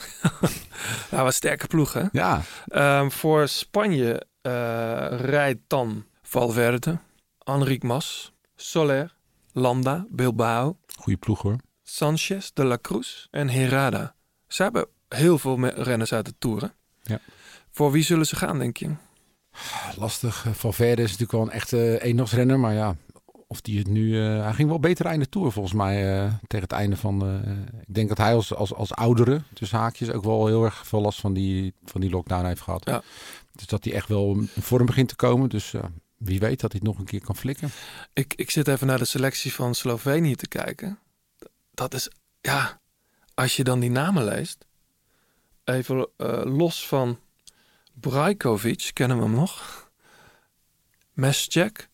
Ja, wat sterke ploeg, hè? Ja. Uh, voor Spanje uh, rijdt dan Valverde, Enric Mas, Soler, Landa, Bilbao. Goeie ploeg, hoor. Sanchez, De La Cruz en Herrada. Ze hebben heel veel renners uit de Tour. Hè? Ja. Voor wie zullen ze gaan, denk je? Lastig. Valverde is natuurlijk wel een echte eendagsrenner. Maar ja, of die het nu... Uh, hij ging wel beter in de Tour volgens mij. Uh, tegen het einde van... Uh, ik denk dat hij als, als, als oudere, tussen haakjes, ook wel heel erg veel last van die, van die lockdown heeft gehad. Ja. Dus dat hij echt wel in vorm begint te komen. Dus uh, wie weet dat hij het nog een keer kan flikken. Ik, ik zit even naar de selectie van Slovenië te kijken. Dat is, ja, als je dan die namen leest, even uh, los van Brajkovic, kennen we hem nog? Mescek,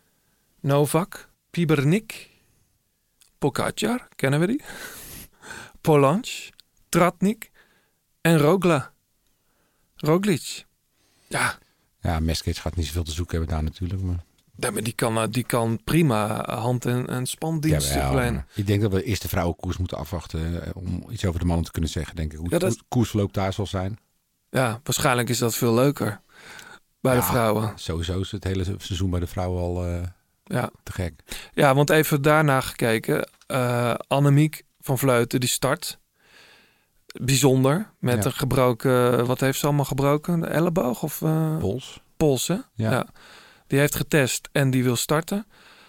Novak, Pibernik, Pogačar, kennen we die? Polanc, Tratnik en Rogla. Roglic. Ja. Ja, Mescek gaat niet zoveel te zoeken hebben daar natuurlijk, maar... Ja, maar die kan, die kan prima hand- en, en spandiensten ja, verlenen. Ik denk dat we eerst de vrouwenkoers moeten afwachten om iets over de mannen te kunnen zeggen, denk ik. Hoe ja, dat... het koersverloop daar zal zijn. Ja, waarschijnlijk is dat veel leuker bij ja, de vrouwen. Sowieso is het hele seizoen bij de vrouwen al uh, ja. te gek. Ja, want even daarna gekeken. Uh, Annemiek van Vleuten, die start. Bijzonder. Met ja. een gebroken, wat heeft ze allemaal gebroken? De elleboog of? Uh... Pols. Pols, hè? Ja. ja. Die heeft getest en die wil starten.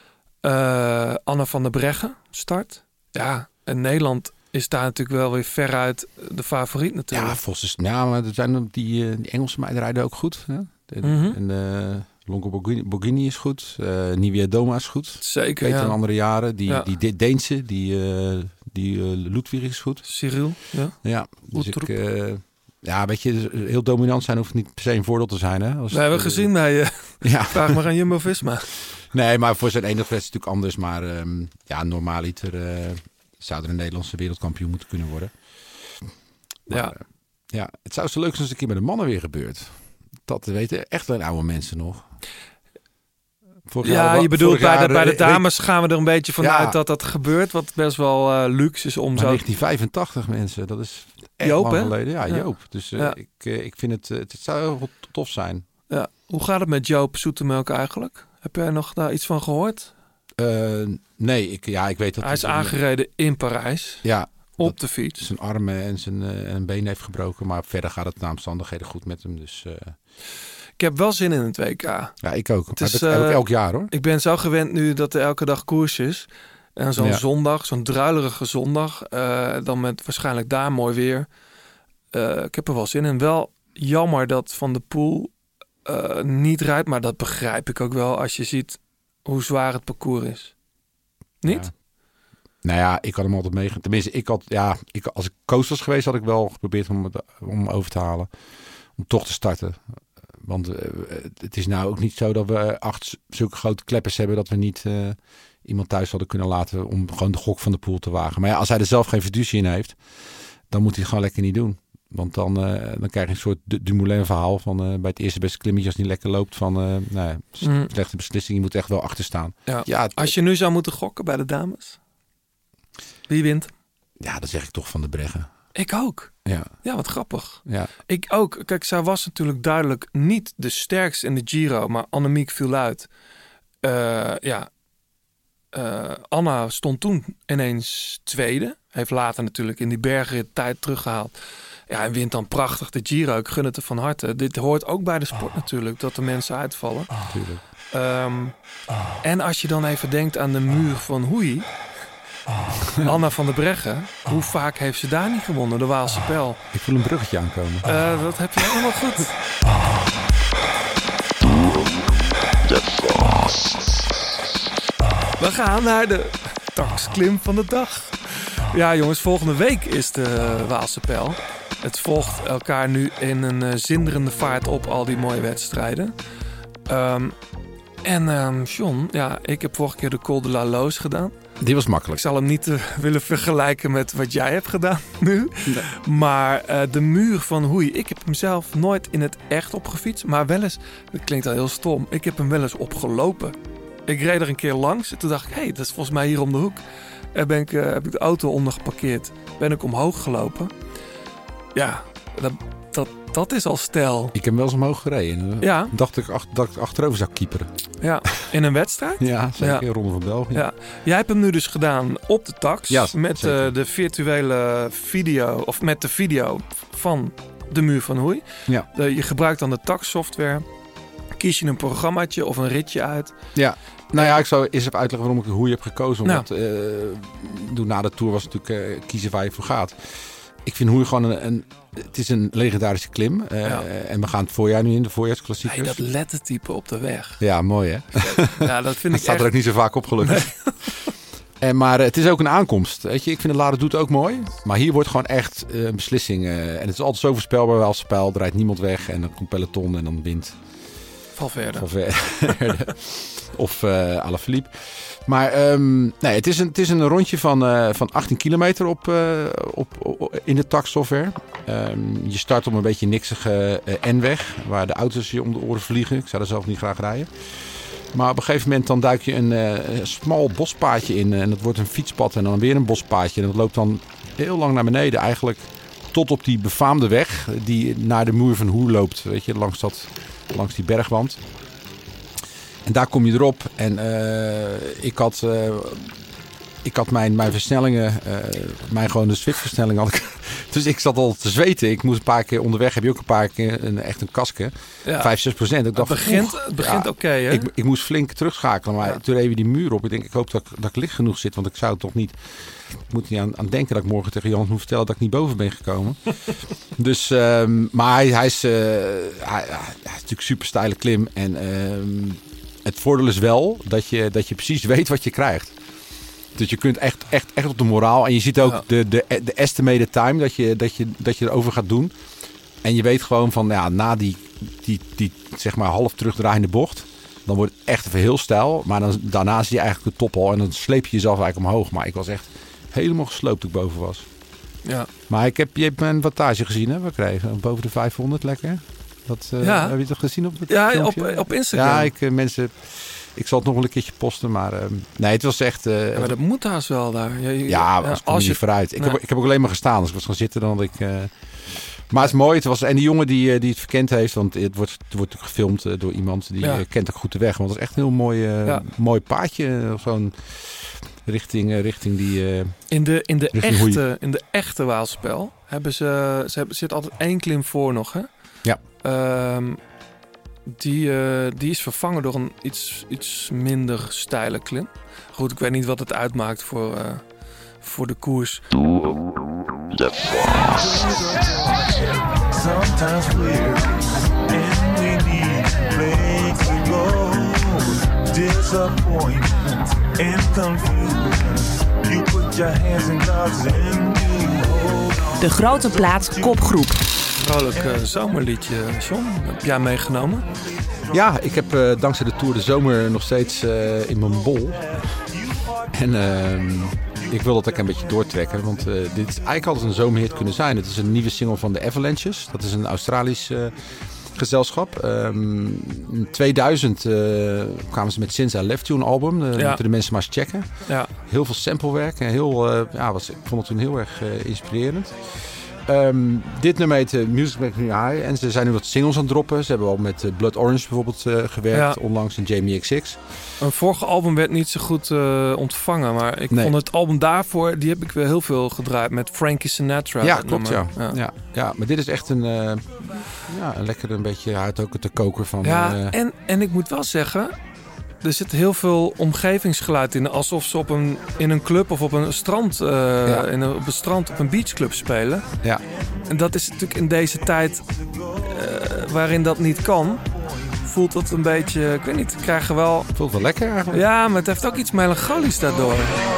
Uh, Anne van der Breggen start. Ja, en Nederland is daar natuurlijk wel weer veruit de favoriet natuurlijk. Ja, volgens mij. Ja, maar er zijn die, die Engelse meiden rijden ook goed. Hè? De, mm-hmm. En uh, Longo Borghini, Borghini is goed. Uh, Nivea Doma is goed. Zeker, Beter ja. dan andere jaren. Die, ja. die Deense, die, uh, die uh, Ludwig is goed. Cyril, ja. Ja, dus ik... Uh, Ja, weet je, heel dominant zijn hoeft niet per se een voordeel te zijn. Hè? Als we hebben uh, gezien bij je. Ja. Vraag maar aan Jumbo-Visma. Nee, maar voor zijn enige wedstrijd is het natuurlijk anders. Maar um, ja, normaaliter uh, zou er een Nederlandse wereldkampioen moeten kunnen worden. Maar, ja. Uh, ja, het zou zo leuk zijn als het een keer met de mannen weer gebeurt. Dat weten echt wel oude mensen nog. Vorig ja, jaar, je bedoelt bij jaar, de, bij de dames weet, gaan we er een beetje vanuit ja, dat dat gebeurt. Wat best wel uh, luxe is om zo... negentien vijfentachtig mensen, dat is echt Joop, lang hè? geleden. Ja, ja. Joop. Dus uh, ja. ik, uh, ik vind het, uh, het zou heel tof zijn. Ja. Hoe gaat het met Joop Zoetemelk eigenlijk? Heb jij nog daar iets van gehoord? Uh, nee, ik, ja, ik weet dat... Hij is aangereden in Parijs. Ja. Op de fiets. Zijn armen en zijn uh, en been heeft gebroken. Maar verder gaat het naar omstandigheden goed met hem. Dus, uh... Ik heb wel zin in het W K. Ja, ik ook. Het is, heb ik, heb ik elk jaar hoor. Ik ben zo gewend nu dat er elke dag koers is. En zo'n ja. zondag, zo'n druilerige zondag. Uh, dan met waarschijnlijk daar mooi weer. Uh, ik heb er wel zin in. Wel jammer dat Van der Poel uh, niet rijdt. Maar dat begrijp ik ook wel als je ziet hoe zwaar het parcours is. Niet? Ja. Nou ja, ik had hem altijd meegegaan. Tenminste, ik had, ja, ik, als ik coach was geweest, had ik wel geprobeerd om, om over te halen. Om toch te starten. Want uh, het is nou ook niet zo dat we acht zulke grote kleppers hebben dat we niet uh, iemand thuis hadden kunnen laten om gewoon de gok van de Poel te wagen. Maar ja, als hij er zelf geen fiducie in heeft, dan moet hij het gewoon lekker niet doen. Want dan, uh, dan krijg je een soort Dumoulin verhaal van uh, bij het eerste beste klimmetje als het niet lekker loopt van uh, nou ja, mm. slechte beslissing. Je moet echt wel achter staan. Ja. Ja, het, als je nu zou moeten gokken bij de dames, wie wint? Ja, dan zeg ik toch Van der Breggen. Ik ook. Ja. Ja, wat grappig. Ja. Ik ook. Kijk, zij was natuurlijk duidelijk niet de sterkste in de Giro, maar Annemiek viel uit. Uh, ja. Uh, Anna stond toen ineens tweede. Heeft later natuurlijk in die bergen tijd teruggehaald. Ja, en wint dan prachtig de Giro. Ik gun het er van harte. Dit hoort ook bij de sport natuurlijk, dat de mensen uitvallen. Natuurlijk. Um, en als je dan even denkt aan de muur van Hoei. Anna van der Breggen, hoe vaak heeft ze daar niet gewonnen? De Waalse Pijl. Ik voel een bruggetje aankomen. Uh, dat heb je helemaal goed. We gaan naar de taksklim van de dag. Ja jongens, volgende week is de Waalse Pijl. Het volgt elkaar nu in een uh, zinderende vaart op, al die mooie wedstrijden. Um, en um, John, ja, ik heb vorige keer de Col de la Loze gedaan. Die was makkelijk. Ik zal hem niet uh, willen vergelijken met wat jij hebt gedaan nu. Nee. Maar uh, de muur van Hoei, ik heb hem zelf nooit in het echt opgefietst. Maar wel eens, dat klinkt al heel stom, ik heb hem wel eens opgelopen. Ik reed er een keer langs en toen dacht ik, hé, hey, dat is volgens mij hier om de hoek. En ben ik, uh, heb ik de auto onder geparkeerd. Ben ik omhoog gelopen. Ja, dat, dat, dat is al stijl. Ik heb hem wel eens omhoog gereden. Ja. Dacht ik ach, dat ik achterover zou kieperen. Ja, in een wedstrijd? Ja, zeker. Ja. Ronde van België. Ja. Jij hebt hem nu dus gedaan op de tax. Ja, met uh, de virtuele video, of met de video van de muur van Hoei. Ja. De, je gebruikt dan de tax software. Kies je een programmaatje of een ritje uit. Ja. Nou ja, ik zou eerst even uitleggen waarom ik Hoei heb gekozen. Omdat nou. uh, na de Tour was natuurlijk uh, kiezen waar je voor gaat. Ik vind Hoei gewoon een, een... Het is een legendarische klim. Uh, ja. En we gaan het voorjaar nu in, de voorjaarsklassiekers. Hey, dat lettertype op de weg. Ja, mooi hè? Ja, dat vind ik staat echt... er ook niet zo vaak op gelukkig. Nee. En, maar uh, het is ook een aankomst. Weet je? Ik vind de Lade doet ook mooi. Maar hier wordt gewoon echt uh, een beslissing. Uh, en het is altijd zo voorspelbaar. Als spel er rijdt niemand weg. En dan komt peloton en dan wint Valverde. Valverde. Of uh, Alaphilippe. Maar um, nee, het is een, het is een rondje van, uh, van achttien kilometer op, uh, op, op, in de taxsoftware. Um, je start op een beetje niksige uh, N-weg, waar de auto's je om de oren vliegen. Ik zou er zelf niet graag rijden. Maar op een gegeven moment dan duik je een, uh, een smal bospaadje in. En dat wordt een fietspad en dan weer een bospaadje. En dat loopt dan heel lang naar beneden eigenlijk. Tot op die befaamde weg die naar de muur van Hoei loopt. Weet je, langs, dat, langs die bergwand. En daar kom je erop. En uh, ik had, uh, ik had mijn, mijn versnellingen, uh, mijn gewoon de Zwift-versnelling had ik. Dus ik zat al te zweten. Ik moest een paar keer onderweg, heb je ook een paar keer een, echt een kasken. Ja. vijf, zes procent. Ik dacht, het begint, het begint ja, oké, hè? Ik, ik moest flink terugschakelen. Maar ja. toen even die muur op. Ik denk, ik hoop dat, dat ik licht genoeg zit. Want ik zou toch niet... Ik moet niet aan, aan denken dat ik morgen tegen Jan moet vertellen dat ik niet boven ben gekomen. Dus, um, maar hij, hij, is, uh, hij, hij is natuurlijk super steile klim. En um, het voordeel is wel dat je, dat je precies weet wat je krijgt. Dus je kunt echt, echt, echt op de moraal. En je ziet ook ja. de, de, de estimated time dat je, dat, je, dat je erover gaat doen. En je weet gewoon van ja, na die, die, die zeg maar half terugdraaiende bocht. Dan wordt het echt even heel stijl. Maar dan, daarna zie je eigenlijk de top al. En dan sleep je jezelf eigenlijk omhoog. Maar ik was echt helemaal gesloopt toen ik boven was. Ja. Maar ik heb, je hebt mijn wattage gezien, hè? We kregen boven de vijfhonderd, lekker. Dat, uh, ja. Heb je toch gezien op het Ja, op, op Instagram. Ja, ik, uh, mensen, ik zal het nog wel een keertje posten, maar uh, nee, het was echt... Uh, ja, maar dat moet haast wel daar. Ja, je, ja, ja als, als je vooruit. Ik, nee. heb, ik heb ook alleen maar gestaan. Als ik was gaan zitten, dan had ik, uh, Maar het is mooi. Het was, en die jongen die, die het verkend heeft, want het wordt, het wordt gefilmd door iemand die ja. kent ook goed de weg. Want het is echt een heel mooi, uh, ja. mooi paadje. Zo'n richting, uh, richting die... Uh, in, de, in, de echte, in de echte Waalspel hebben ze... Ze hebben, zit altijd één klim voor nog, hè? Ja. Um, die, uh, die is vervangen door een iets, iets minder steile klim. Goed, ik weet niet wat het uitmaakt voor, uh, voor de koers. Sometimes we're and we need places to go. Disappointment and confusion. You put your hands in God's and you De Grote Plaat kopgroep. Vrolijk uh, zomerliedje, John. Heb jij meegenomen? Ja, ik heb uh, dankzij de Tour de Zomer nog steeds uh, in mijn bol. En uh, ik wil dat ook een beetje doortrekken. Want uh, dit is eigenlijk altijd een zomerhit kunnen zijn. Het is een nieuwe single van de Avalanches. Dat is een Australisch uh, gezelschap. Um, in tweeduizend uh, kwamen ze met Since I Left You een album. Uh, ja. Moeten de mensen maar eens checken. Ja. Heel veel samplewerk. En heel, uh, ja, was, ik vond het toen heel erg uh, inspirerend. Um, dit nummer heet uh, Music Makes Me High. En ze zijn nu wat singles aan het droppen. Ze hebben al met uh, Blood Orange bijvoorbeeld uh, gewerkt. Ja. Onlangs in Jamie X X. Een vorige album werd niet zo goed uh, ontvangen. Maar ik nee. vond het album daarvoor... Die heb ik weer heel veel gedraaid met Frankie Sinatra. Ja, klopt. Ja. Ja. Ja. Ja, maar dit is echt een... Uh, ja, een lekker een beetje uit ook de koker van... Ja, uh, en, en ik moet wel zeggen... Er zit heel veel omgevingsgeluid in. Alsof ze op een, in een club of op een strand, uh, ja. in een, op een strand op een beachclub spelen. Ja. En dat is natuurlijk in deze tijd uh, waarin dat niet kan. Voelt dat een beetje, ik weet niet, krijgen wel... Voelt wel lekker eigenlijk. Ja, maar het heeft ook iets melancholisch daardoor.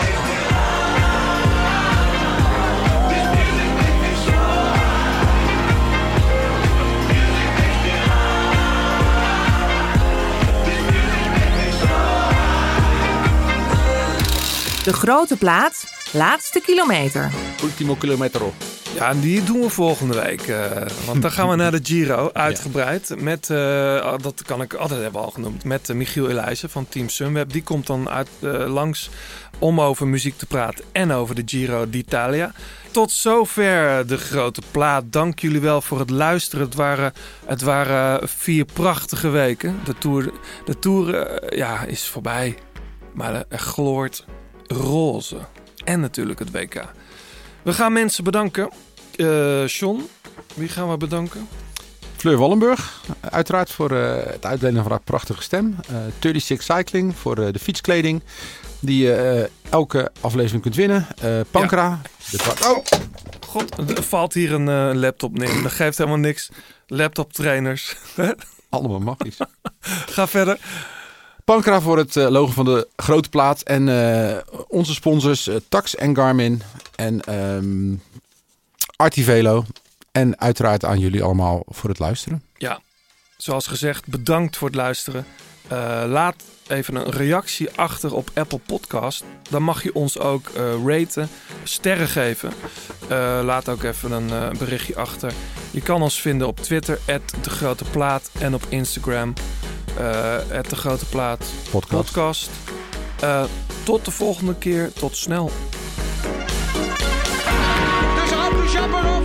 De Grote Plaat, laatste kilometer. Ultimo kilometro. Ja, en die doen we volgende week. Uh, want dan gaan we naar de Giro, uitgebreid. Ja. Met, uh, dat kan ik altijd hebben al genoemd, met uh, Michiel Elijzen van Team Sunweb. Die komt dan uit, uh, langs om over muziek te praten en over de Giro d'Italia. Tot zover de Grote Plaat. Dank jullie wel voor het luisteren. Het waren, het waren vier prachtige weken. De Tour, de tour uh, ja, is voorbij. Maar er gloort roze. En natuurlijk het W K. We gaan mensen bedanken. Uh, John, wie gaan we bedanken? Fleur Wallenburg, uiteraard voor uh, het uitlenen van haar prachtige stem. Uh, drieëndertig Cycling voor uh, de fietskleding. Die je uh, elke aflevering kunt winnen. Uh, Pankra. Ja. De oh! God, er valt hier een uh, laptop neer. Dat geeft helemaal niks. Laptop trainers. Allemaal magisch. Ga verder. Pankra voor het uh, logo van de Grote Plaat. En uh, onze sponsors uh, Tax en Garmin. En um, Artivelo. En uiteraard aan jullie allemaal voor het luisteren. Ja, zoals gezegd, bedankt voor het luisteren. Uh, laat even een reactie achter op Apple Podcast. Dan mag je ons ook uh, raten, sterren geven. Uh, laat ook even een uh, berichtje achter. Je kan ons vinden op Twitter, at De Grote Plaat. En op Instagram, uh, at De Grote Plaat Podcast. Podcast. Uh, tot de volgende keer, tot snel. Dus Abu Shaparov